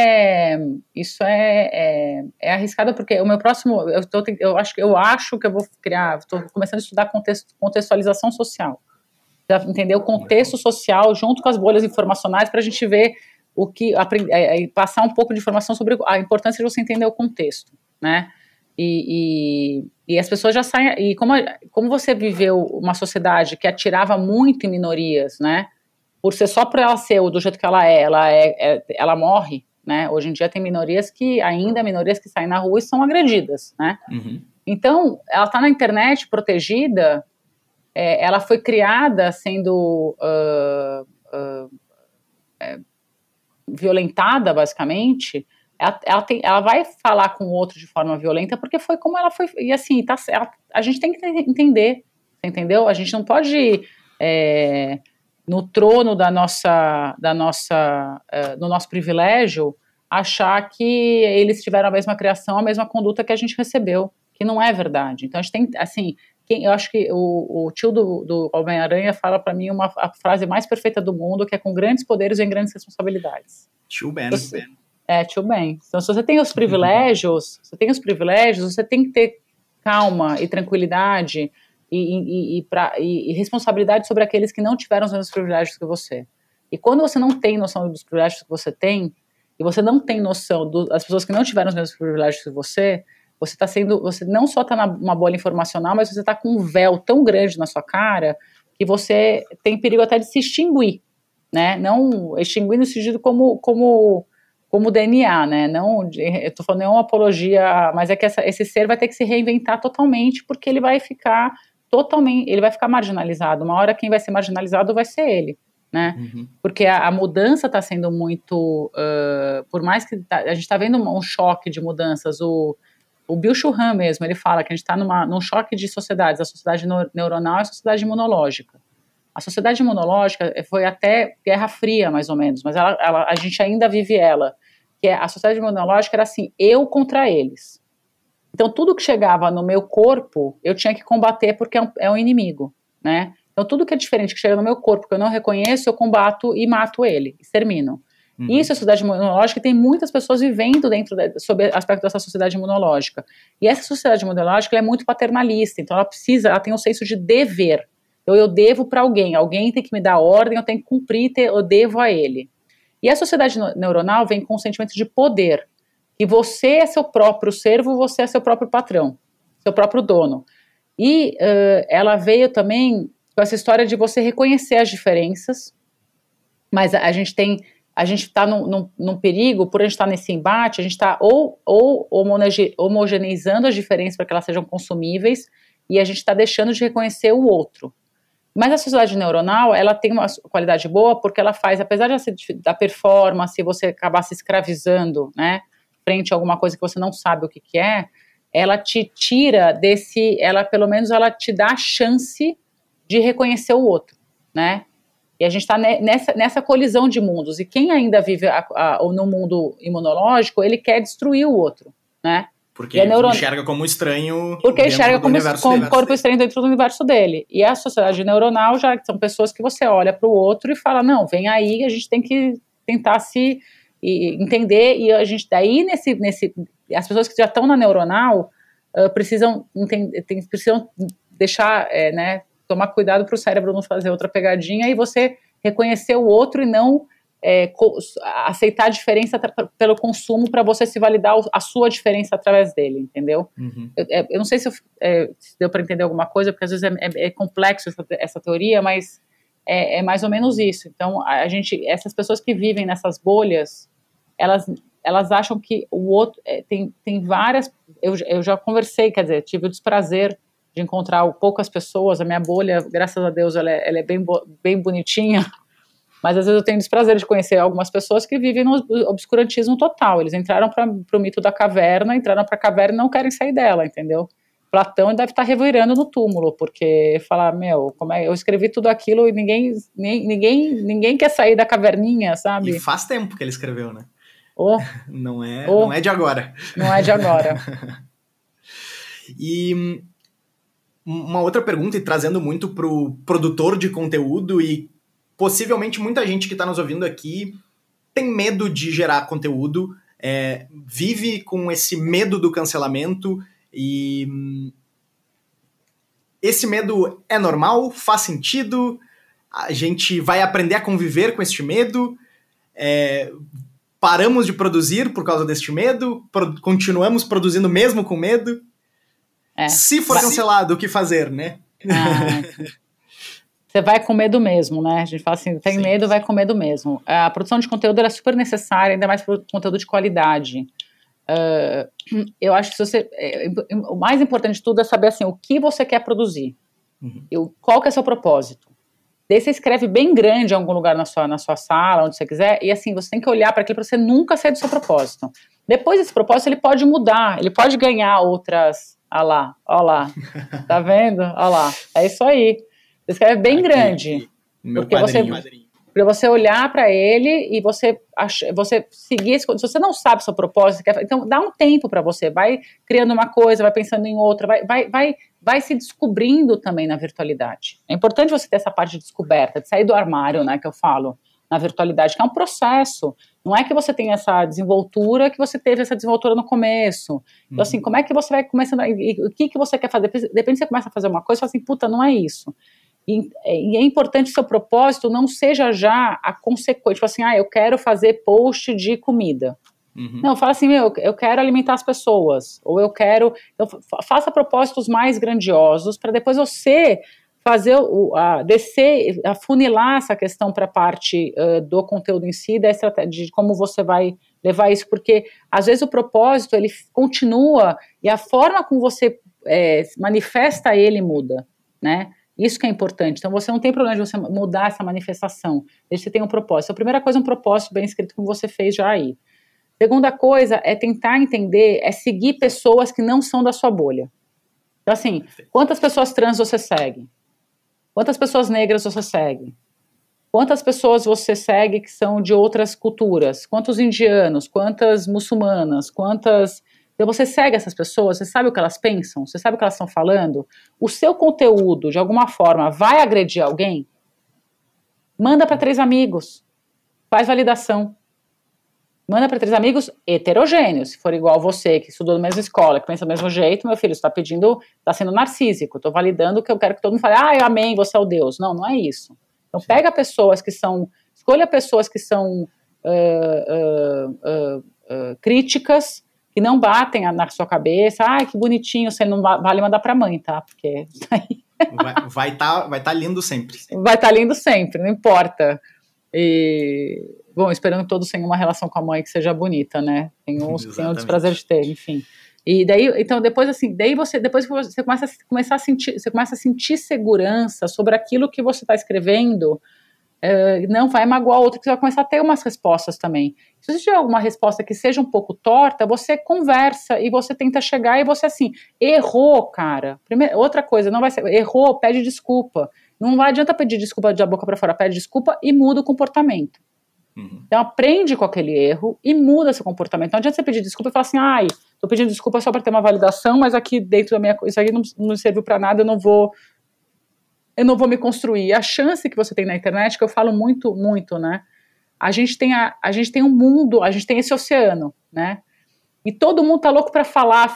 é arriscado, porque o meu próximo, eu acho que eu vou criar, estou começando a estudar contextualização social, para entender o contexto social junto com as bolhas informacionais, para a gente ver passar um pouco de informação sobre a importância de você entender o contexto, né? E as pessoas já saem, e como você viveu uma sociedade que atirava muito em minorias, né? Por ser só para ela ser do jeito que ela morre, né? Hoje em dia tem minorias que saem na rua e são agredidas, né? Uhum. Então, ela está na internet protegida, ela foi criada sendo violentada, basicamente. Ela vai falar com o outro de forma violenta porque foi como ela foi. E assim, a gente tem que entender, entendeu? A gente não pode no trono do nosso privilégio, achar que eles tiveram a mesma criação, a mesma conduta que a gente recebeu, que não é verdade. Então a gente tem, assim, eu acho que o tio do Homem-Aranha fala para mim a frase mais perfeita do mundo, que é: com grandes poderes vem grandes responsabilidades. Tio Ben. Tio Ben. Então se você tem os privilégios, você tem que ter calma e tranquilidade e responsabilidade sobre aqueles que não tiveram os mesmos privilégios que você. E quando você não tem noção dos privilégios que você tem, e você não tem noção das pessoas que não tiveram os mesmos privilégios que você, você não só está numa bolha informacional, mas você está com um véu tão grande na sua cara que você tem perigo até de se extinguir, né? Não extinguir no sentido como DNA, né? Não, eu tô falando, não é uma apologia, mas é que esse ser vai ter que se reinventar totalmente, porque ele vai ficar marginalizado. Uma hora quem vai ser marginalizado vai ser ele, né? Uhum. Porque a mudança está sendo muito, por mais que a gente está vendo um choque de mudanças, o Bill Churran mesmo, ele fala que a gente está num choque de sociedades, a sociedade neuronal e a sociedade imunológica. A sociedade imunológica foi até Guerra Fria, mais ou menos, mas a gente ainda vive ela, que a sociedade imunológica era assim, eu contra eles. Então, tudo que chegava no meu corpo, eu tinha que combater porque é um inimigo, né? Então, tudo que é diferente, que chega no meu corpo, que eu não reconheço, eu combato e mato ele, extermino. Uhum. Isso é a sociedade imunológica, e tem muitas pessoas vivendo sob aspecto dessa sociedade imunológica. E essa sociedade imunológica ela é muito paternalista, então ela tem um senso de dever. Então, eu devo para alguém tem que me dar ordem, eu tenho que cumprir, eu devo a ele. E a sociedade neuronal vem com um sentimento de poder, que você é seu próprio servo, você é seu próprio patrão, seu próprio dono. E ela veio também com essa história de você reconhecer as diferenças, mas a gente está num perigo, por a gente estar nesse embate, a gente está ou homogeneizando as diferenças para que elas sejam consumíveis, e a gente está deixando de reconhecer o outro. Mas a sociedade neuronal, ela tem uma qualidade boa porque ela faz, apesar da performance, você acabar se escravizando, né, frente a alguma coisa que você não sabe o que é, ela te tira pelo menos ela te dá a chance de reconhecer o outro, né? E a gente está nessa colisão de mundos, e quem ainda vive no mundo imunológico, ele quer destruir o outro, né? Porque ele enxerga como estranho. Porque ele enxerga como corpo estranho dentro do universo dele. E a sociedade neuronal já são pessoas que você olha para o outro e fala, não, vem aí, a gente tem que tentar se entender, e a gente daí as pessoas que já estão na neuronal precisam deixar, né, tomar cuidado para o cérebro não fazer outra pegadinha e você reconhecer o outro e não aceitar a diferença pelo consumo para você se validar a sua diferença através dele, entendeu? Uhum. Eu não sei se deu para entender alguma coisa, porque às vezes é complexo essa teoria, mas é mais ou menos isso. Então, essas pessoas que vivem nessas bolhas, elas acham que o outro tem várias. Eu já conversei, quer dizer, tive o desprazer de encontrar poucas pessoas. A minha bolha, graças a Deus, ela é bem bonitinha. Mas às vezes eu tenho desprazer de conhecer algumas pessoas que vivem no obscurantismo total. Eles entraram para o mito da caverna, entraram para a caverna e não querem sair dela, entendeu? Platão deve estar revirando no túmulo, porque falar, eu escrevi tudo aquilo e ninguém quer sair da caverninha, sabe? E faz tempo que ele escreveu, né? Não é de agora. Não é de agora. E uma outra pergunta, e trazendo muito para o produtor de conteúdo, e possivelmente muita gente que está nos ouvindo aqui tem medo de gerar conteúdo, vive com esse medo do cancelamento, e esse medo é normal? Faz sentido? A gente vai aprender a conviver com este medo? Paramos de produzir por causa deste medo? Continuamos produzindo mesmo com medo? Se for cancelado, o que fazer, né? Você vai com medo mesmo, né? A gente fala assim, tem medo, vai com medo mesmo. A produção de conteúdo é super necessária, ainda mais para conteúdo de qualidade. Eu acho que o mais importante de tudo é saber assim, o que você quer produzir. Uhum. Qual que é o seu propósito. Daí você escreve bem grande em algum lugar na sua sala, onde você quiser, e assim, você tem que olhar para aquilo para você nunca sair do seu propósito. Depois desse propósito, ele pode mudar, ele pode ganhar outras... Olha lá, tá vendo? Olha lá, é isso aí. Você escreve bem grande, porque para você olhar para ele e você seguir. Se você não sabe o seu propósito, então dá um tempo para você, vai criando uma coisa, vai pensando em outra, vai se descobrindo também na virtualidade. É importante você ter essa parte de descoberta, de sair do armário, né, que eu falo, na virtualidade, que é um processo. Não é que você tem essa desenvoltura, que você teve essa desenvoltura no começo. Então, assim, como é que você vai começando, o que você quer fazer? Depende, você começa a fazer uma coisa e fala assim, puta, não é isso. E é importante que o seu propósito não seja já a consequência, tipo assim, eu quero fazer post de comida. Não, fala assim, eu quero alimentar as pessoas, ou eu quero... Então, faça propósitos mais grandiosos para depois você fazer, descer, afunilar essa questão para a parte do conteúdo em si, da estratégia, de como você vai levar isso, porque às vezes o propósito, ele continua, e a forma como você manifesta ele muda, né? Isso que é importante. Então, você não tem problema de você mudar essa manifestação, desde que você tenha um propósito. A primeira coisa é um propósito bem escrito, como você fez já aí. Segunda coisa é tentar entender, é seguir pessoas que não são da sua bolha. Então, assim, quantas pessoas trans você segue? Quantas pessoas negras você segue? Quantas pessoas você segue que são de outras culturas? Quantos indianos? Quantas muçulmanas? Quantas... Então, você segue essas pessoas, você sabe o que elas pensam? Você sabe o que elas estão falando? O seu conteúdo, de alguma forma, vai agredir alguém? Manda para 3 amigos. Faz validação. Manda para 3 amigos heterogêneos. Se for igual você, que estudou na mesma escola, que pensa do mesmo jeito, meu filho, você está pedindo, está sendo narcísico. Estou validando que eu quero que todo mundo fale, eu amei, você é o Deus. Não, não é isso. Então, pega pessoas que são, escolha pessoas que são críticas, que não batem na sua cabeça, que bonitinho, você não vale mandar para a mãe, tá? Porque isso aí... vai tá lindo sempre. Vai estar lindo sempre, não importa. Bom, esperando que todos tenham uma relação com a mãe que seja bonita, né? Tem uns que têm o desprazer de ter, enfim. E daí, então, depois assim, depois que você começa a sentir segurança sobre aquilo que você está escrevendo, não vai magoar outro, que você vai começar a ter umas respostas também. Se você tiver alguma resposta que seja um pouco torta, você conversa e você tenta chegar e você assim, errou, cara. Outra coisa, não vai ser, errou, pede desculpa. Não adianta pedir desculpa da boca para fora, pede desculpa e muda o comportamento. Então aprende com aquele erro e muda seu comportamento. Não adianta você pedir desculpa e falar assim, tô pedindo desculpa só para ter uma validação, mas aqui dentro da minha coisa, isso aí não serviu para nada, eu não vou me construir. A chance que você tem na internet, que eu falo muito, muito, né? A gente tem um mundo, a gente tem esse oceano, né? E todo mundo tá louco para falar.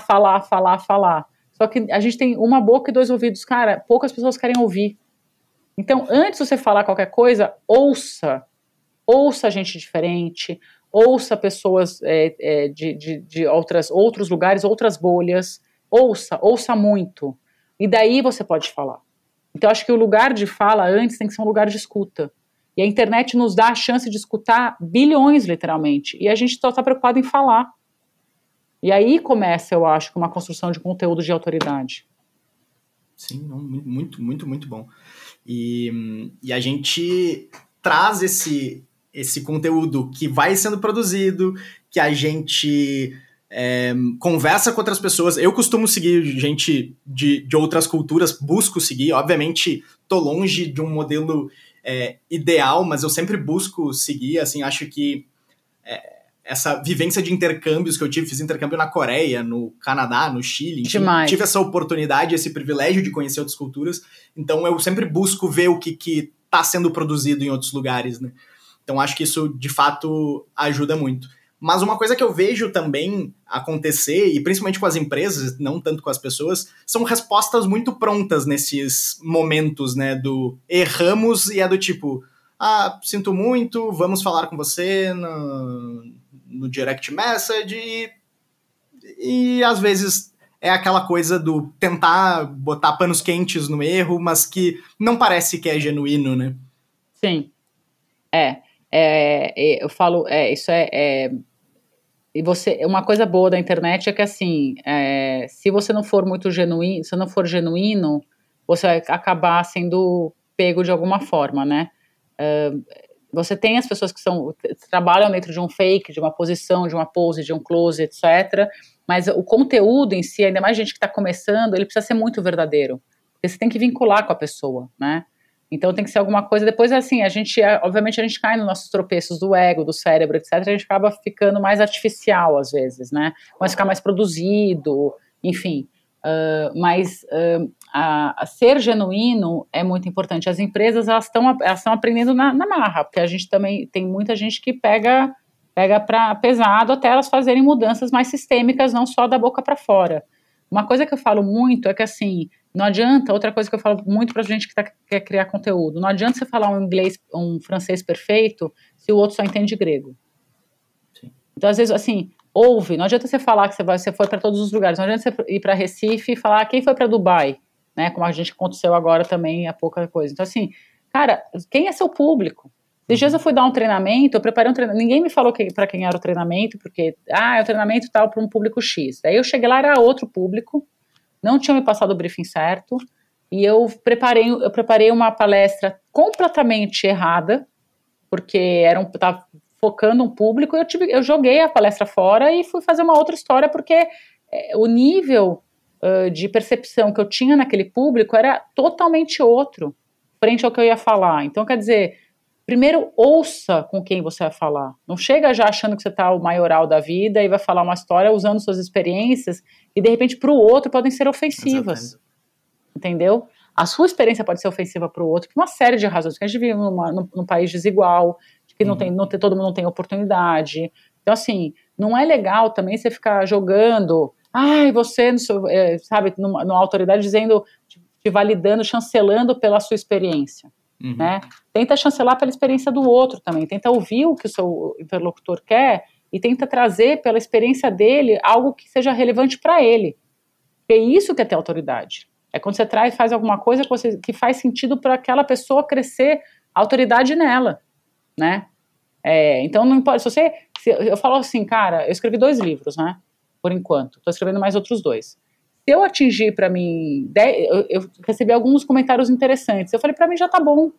Só que a gente tem uma boca e 2 ouvidos. Cara, poucas pessoas querem ouvir. Então, antes de você falar qualquer coisa, ouça gente diferente, ouça pessoas de outros lugares, outras bolhas, ouça muito. E daí você pode falar. Então, acho que o lugar de fala antes tem que ser um lugar de escuta. E a internet nos dá a chance de escutar bilhões, literalmente. E a gente só está preocupado em falar. E aí começa, eu acho, uma construção de conteúdo de autoridade. Sim, muito, muito, muito bom. E a gente traz esse conteúdo que vai sendo produzido, que a gente conversa com outras pessoas. Eu costumo seguir gente de outras culturas, busco seguir. Obviamente, tô longe de um modelo ideal, mas eu sempre busco seguir. Assim, acho que essa vivência de intercâmbios que eu tive, fiz intercâmbio na Coreia, no Canadá, no Chile, enfim, tive essa oportunidade, esse privilégio de conhecer outras culturas. Então, eu sempre busco ver o que está sendo produzido em outros lugares, né? Então, acho que isso, de fato, ajuda muito. Mas uma coisa que eu vejo também acontecer, e principalmente com as empresas, não tanto com as pessoas, são respostas muito prontas nesses momentos, né? Do erramos e é do tipo, sinto muito, vamos falar com você no direct message, e às vezes é aquela coisa do tentar botar panos quentes no erro, mas que não parece que é genuíno, né? Sim. Eu falo, e uma coisa boa da internet é que assim, se você não for muito genuíno, se não for genuíno, você vai acabar sendo pego de alguma forma, né? Você tem as pessoas que trabalham dentro de um fake, de uma posição, de uma pose, de um close, etc. Mas o conteúdo em si, ainda mais gente que está começando, ele precisa ser muito verdadeiro. Porque você tem que vincular com a pessoa, né? Então tem que ser alguma coisa. Depois, assim, obviamente a gente cai nos nossos tropeços do ego, do cérebro, etc. A gente acaba ficando mais artificial às vezes, né? Mas ficar mais produzido, enfim. Mas a ser genuíno é muito importante. As empresas elas estão aprendendo na marra, porque a gente também tem muita gente que pega para pesado até elas fazerem mudanças mais sistêmicas, não só da boca para fora. Uma coisa que eu falo muito é que assim, não adianta, outra coisa que eu falo muito pra gente que quer criar conteúdo, não adianta você falar um francês perfeito se o outro só entende grego. Sim. Então, às vezes, assim, ouve, não adianta você falar que você foi para todos os lugares, não adianta você ir para Recife e falar quem foi para Dubai, né, como a gente aconteceu agora também, há pouca coisa. Então, assim, cara, quem é seu público? Esses dias eu fui dar um treinamento, eu preparei um treinamento, ninguém me falou para quem era o treinamento, porque, é um treinamento tal para um público X. Daí eu cheguei lá, era outro público, não tinha me passado o briefing certo, e eu preparei uma palestra completamente errada, porque estava focando um público, e eu joguei a palestra fora e fui fazer uma outra história, porque o nível de percepção que eu tinha naquele público era totalmente outro, frente ao que eu ia falar. Então, quer dizer, primeiro ouça com quem você vai falar. Não chega já achando que você está o maioral da vida e vai falar uma história usando suas experiências e, de repente, para o outro podem ser ofensivas. Exatamente. Entendeu? A sua experiência pode ser ofensiva para o outro por uma série de razões, porque a gente vive num país desigual, que todo mundo não tem oportunidade. Então, assim, não é legal também você ficar jogando, você, sabe, numa autoridade dizendo, te validando, chancelando pela sua experiência. Né? Tenta chancelar pela experiência do outro também, tenta ouvir o que o seu interlocutor quer e tenta trazer pela experiência dele algo que seja relevante para ele. É isso que é ter autoridade. É quando você faz alguma coisa que faz sentido para aquela pessoa crescer a autoridade nela, né? Então não importa, se eu falo assim, cara, eu escrevi 2 livros, né? Por enquanto, estou escrevendo mais outros 2. Se eu atingir para mim, eu recebi alguns comentários interessantes. Eu falei, para mim já tá bom.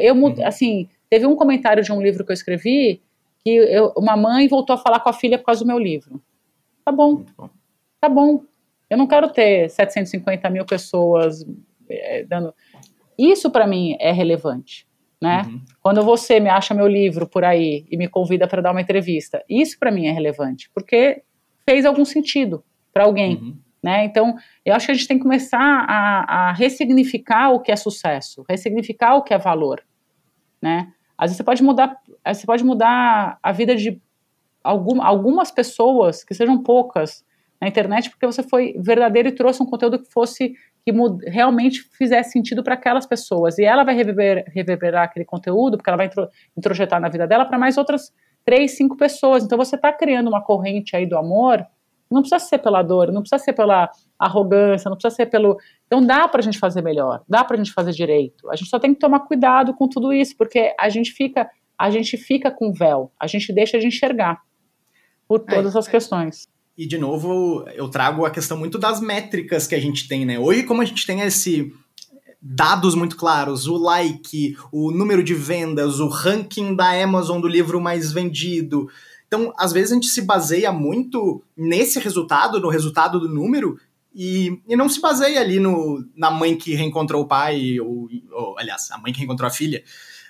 Assim, teve um comentário de um livro que eu escrevi que uma mãe voltou a falar com a filha por causa do meu livro. Tá bom. Tá bom. Eu não quero ter 750 mil pessoas dando... Isso para mim é relevante, né? Quando você me acha meu livro por aí e me convida para dar uma entrevista, isso para mim é relevante, porque fez algum sentido para alguém, né? Então, eu acho que a gente tem que começar a ressignificar o que é sucesso, ressignificar o que é valor, né? Às vezes você pode mudar a vida de algumas pessoas, que sejam poucas, na internet, porque você foi verdadeiro e trouxe um conteúdo que realmente fizesse sentido para aquelas pessoas, e ela vai reverberar aquele conteúdo, porque ela vai introjetar na vida dela para mais outras 3, 5 pessoas. Então você está criando uma corrente aí do amor, não precisa ser pela dor, não precisa ser pela arrogância, não precisa ser pelo... Então dá pra gente fazer melhor, dá pra gente fazer direito, a gente só tem que tomar cuidado com tudo isso, porque a gente fica com véu, a gente deixa de enxergar por todas as questões. E, de novo, eu trago a questão muito das métricas que a gente tem, né? Hoje, como a gente tem dados muito claros, o like, o número de vendas, o ranking da Amazon do livro mais vendido. Então, às vezes a gente se baseia muito nesse resultado, no resultado do número, e não se baseia ali na mãe que reencontrou o pai, ou aliás, a mãe que reencontrou a filha.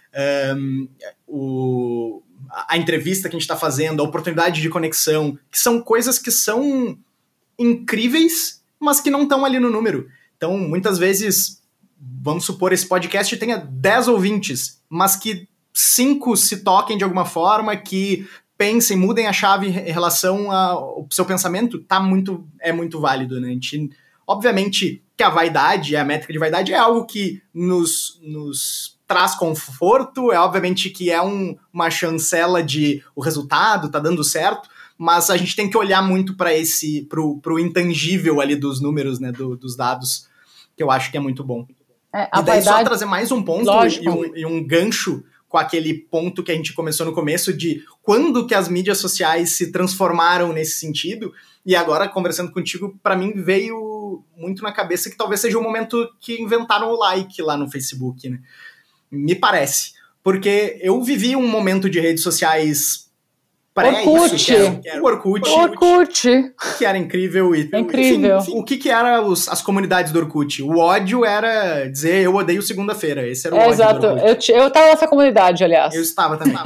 A entrevista que a gente está fazendo, a oportunidade de conexão, que são coisas que são incríveis, mas que não estão ali no número. Então, muitas vezes, vamos supor, esse podcast tenha 10 ouvintes, mas que 5 se toquem de alguma forma, que pensem, mudem a chave em relação ao seu pensamento, é muito válido, né? Obviamente que a vaidade, a métrica de vaidade é algo que nos traz conforto, obviamente que é uma chancela de o resultado tá dando certo, mas a gente tem que olhar muito para pro intangível ali dos números, né, dos dados, que eu acho que é muito bom. E daí vaidade, só trazer mais um ponto e um gancho com aquele ponto que a gente começou no começo de quando que as mídias sociais se transformaram nesse sentido, e agora, conversando contigo, para mim veio muito na cabeça que talvez seja o momento que inventaram o like lá no Facebook, né? Me parece. Porque eu vivi um momento de redes sociais Orkut. Que era o Orkut. Que era incrível. Incrível. Enfim, o que eram as comunidades do Orkut? O ódio era dizer eu odeio segunda-feira. Esse era o ódio exato. do Orkut. Eu estava nessa comunidade, aliás. Eu estava também.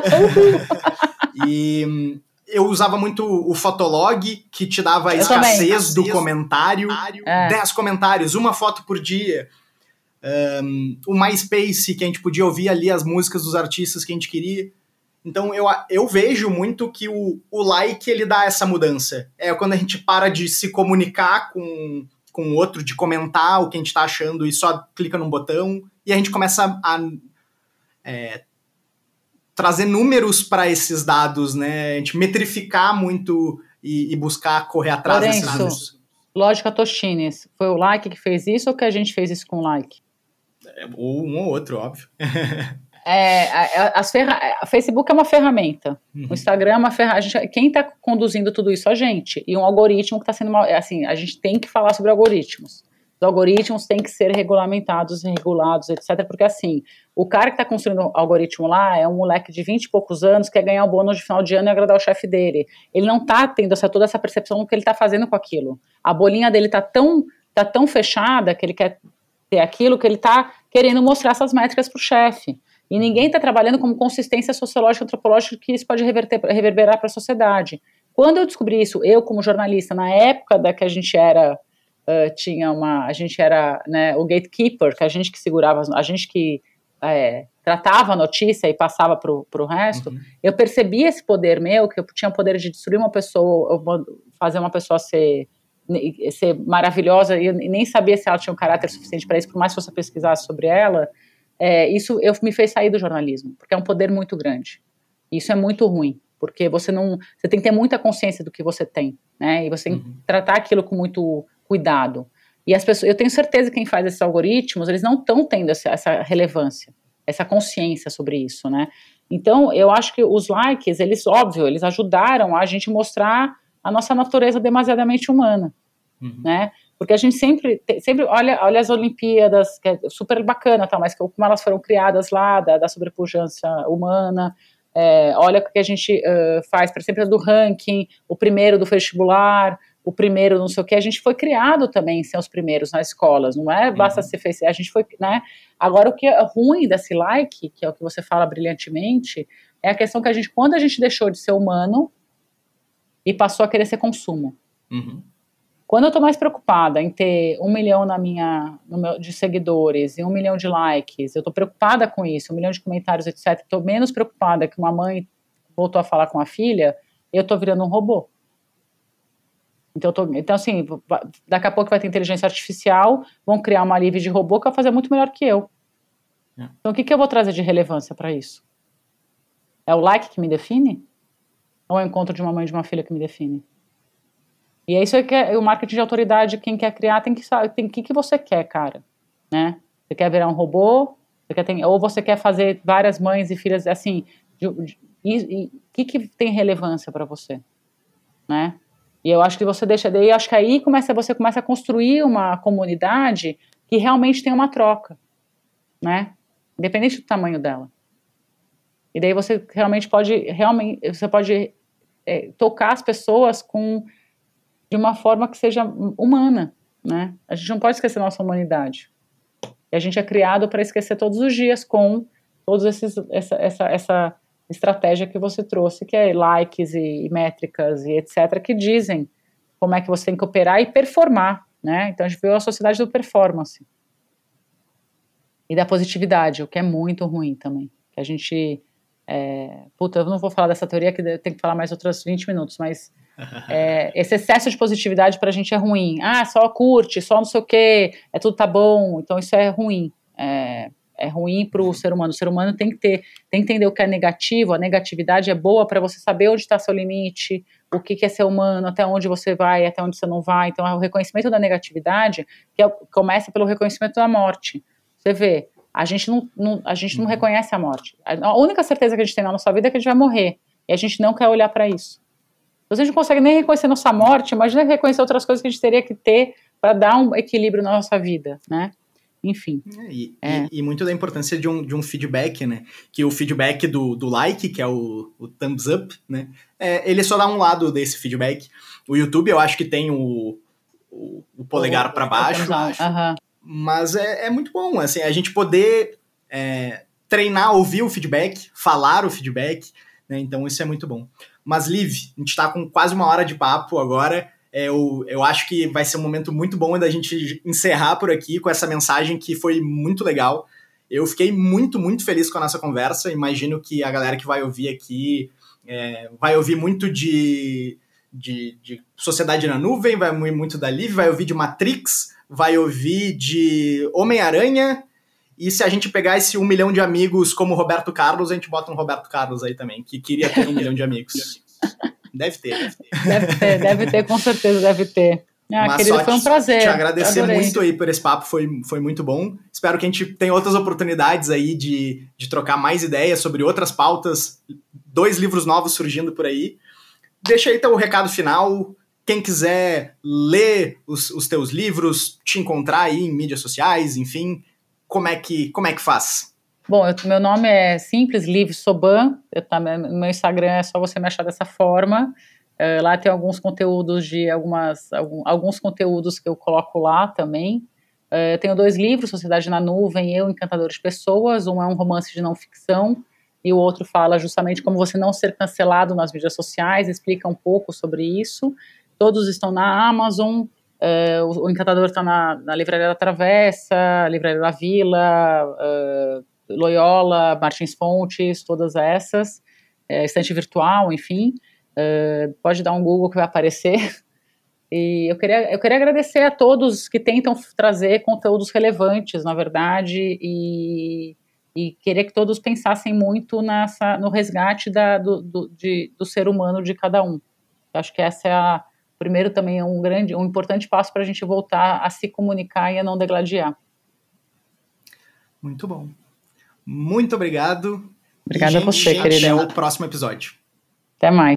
E eu usava muito o Fotolog, que te dava a escassez do comentário. 10 comentários, uma foto por dia. O MySpace, que a gente podia ouvir ali as músicas dos artistas que a gente queria. Então eu vejo muito que o like, ele dá essa mudança. É quando a gente para de se comunicar com o outro, de comentar o que a gente tá achando e só clica num botão, e a gente começa a trazer números para esses dados, né? A gente metrificar muito e buscar correr atrás desses números. Lógica Tostines, foi o like que fez isso ou que a gente fez isso com like? Ou um ou outro, óbvio. A Facebook é uma ferramenta, o Instagram é uma ferramenta. Quem está conduzindo tudo isso? A gente. E um algoritmo que está sendo assim, a gente tem que falar sobre algoritmos. Os algoritmos têm que ser regulamentados, regulados, etc. Porque assim, o cara que está construindo o algoritmo lá é um moleque de 20 e poucos anos que quer ganhar o bônus de final de ano e agradar o chefe dele. Ele não está tendo toda essa percepção do que ele está fazendo com aquilo. A bolinha dele está tão fechada que ele quer ter aquilo que ele está querendo mostrar essas métricas para o chefe. E ninguém está trabalhando como consistência sociológica, antropológica, que isso pode reverberar para a sociedade. Quando eu descobri isso, eu como jornalista, na época da que a gente era, né, o gatekeeper, que a gente que segurava, a gente que tratava a notícia e passava para o resto, eu percebi esse poder meu, que eu tinha o poder de destruir uma pessoa, fazer uma pessoa ser maravilhosa, e eu nem sabia se ela tinha um caráter suficiente para isso, por mais que você pesquisasse sobre ela. Isso me fez sair do jornalismo, porque é um poder muito grande. Isso é muito ruim, porque você tem que ter muita consciência do que você tem, né? E você tem que tratar aquilo com muito cuidado. E as pessoas, eu tenho certeza que quem faz esses algoritmos, eles não estão tendo essa relevância, essa consciência sobre isso, né? Então, eu acho que os likes, eles ajudaram a gente mostrar a nossa natureza demasiadamente humana, né? Porque a gente sempre olha as Olimpíadas, que é super bacana, tá, mas como elas foram criadas lá, da sobrepujância humana, olha o que a gente faz, por exemplo, do ranking, o primeiro do vestibular, o primeiro não sei o que, a gente foi criado também em ser os primeiros nas escolas, não é basta ser fez, a gente foi, né? Agora, o que é ruim desse like, que é o que você fala brilhantemente, é a questão que quando a gente deixou de ser humano e passou a querer ser consumo. Quando eu estou mais preocupada em ter 1 milhão de seguidores e 1 milhão de likes, eu estou preocupada com isso, 1 milhão de comentários, etc. Estou menos preocupada que uma mãe voltou a falar com a filha, eu estou virando um robô. Então, assim, daqui a pouco vai ter inteligência artificial, vão criar uma live de robô que vai fazer muito melhor que eu. Então, o que eu vou trazer de relevância para isso? É o like que me define? Ou é o encontro de uma mãe e de uma filha que me define? E é isso que o marketing de autoridade, quem quer criar, tem que saber o que você quer, cara, né? Você quer virar um robô? Ou você quer fazer várias mães e filhas, assim, o que tem relevância para você, né? E eu acho que você deixa, daí acho que aí você começa a construir uma comunidade que realmente tem uma troca, né? Independente do tamanho dela. E daí você realmente pode tocar as pessoas de uma forma que seja humana, né? A gente não pode esquecer a nossa humanidade. E a gente é criado para esquecer todos os dias com todos essa estratégia que você trouxe, que é likes e métricas e etc., que dizem como é que você tem que operar e performar, né? Então a gente viu a sociedade do performance e da positividade, o que é muito ruim também. Que a gente... eu não vou falar dessa teoria, que eu tenho que falar mais outros 20 minutos, mas esse excesso de positividade pra gente é ruim. Só curte, só não sei o quê, tudo tá bom. Então isso é ruim. É ruim pro ser humano. O ser humano tem que entender o que é negativo. A negatividade é boa para você saber onde está seu limite, o que é ser humano, até onde você vai, até onde você não vai. Então é o reconhecimento da negatividade que começa pelo reconhecimento da morte. Você vê, a gente não reconhece a morte. A única certeza que a gente tem na nossa vida é que a gente vai morrer. E a gente não quer olhar para isso. Se a gente não consegue nem reconhecer nossa morte, imagina reconhecer outras coisas que a gente teria que ter para dar um equilíbrio na nossa vida, né? Enfim. E muito da importância de um feedback, né? Que o feedback do like, que é o thumbs up, né? Ele só dá um lado desse feedback. O YouTube, eu acho que tem o polegar para baixo, mas é muito bom, assim, a gente poder treinar, ouvir o feedback, falar o feedback, né? Então isso é muito bom. Mas, Liv, a gente está com quase 1 hora de papo agora. Eu acho que vai ser um momento muito bom da gente encerrar por aqui com essa mensagem que foi muito legal. Eu fiquei muito, muito feliz com a nossa conversa. Imagino que a galera que vai ouvir aqui vai ouvir muito de Sociedade na Nuvem, vai ouvir muito da Liv, vai ouvir de Matrix, vai ouvir de Homem-Aranha E se a gente pegar esse 1 milhão de amigos como Roberto Carlos, a gente bota um Roberto Carlos aí também, que queria ter 1 milhão de amigos. Deve ter. Deve ter, com certeza deve ter. Mas querido, foi um prazer. Te agradecer Adorei. muito aí por esse papo, foi muito bom. Espero que a gente tenha outras oportunidades aí de trocar mais ideias sobre outras pautas, 2 livros novos surgindo por aí. Deixa aí teu recado final. Quem quiser ler os teus livros, te encontrar aí em mídias sociais, enfim, como é que faz? Bom, meu nome é simples, Liv Soban, no meu Instagram é só você me achar dessa forma. Lá tem alguns conteúdos alguns conteúdos que eu coloco lá também. Tenho 2 livros, Sociedade na Nuvem e Eu, Encantador de Pessoas. Um é um romance de não ficção e o outro fala justamente como você não ser cancelado nas mídias sociais, explica um pouco sobre isso. Todos estão na Amazon. O Encantador está na Livraria da Travessa, Livraria da Vila, Loyola, Martins Fontes, todas essas, estante virtual, enfim, pode dar um Google que vai aparecer. E eu queria agradecer a todos que tentam trazer conteúdos relevantes, na verdade, e queria que todos pensassem muito no resgate do ser humano de cada um. Eu acho que essa é primeiro também é um importante passo para a gente voltar a se comunicar e a não degladiar. Muito bom. Muito obrigado. Obrigada a você, querido. Até o próximo episódio. Até mais.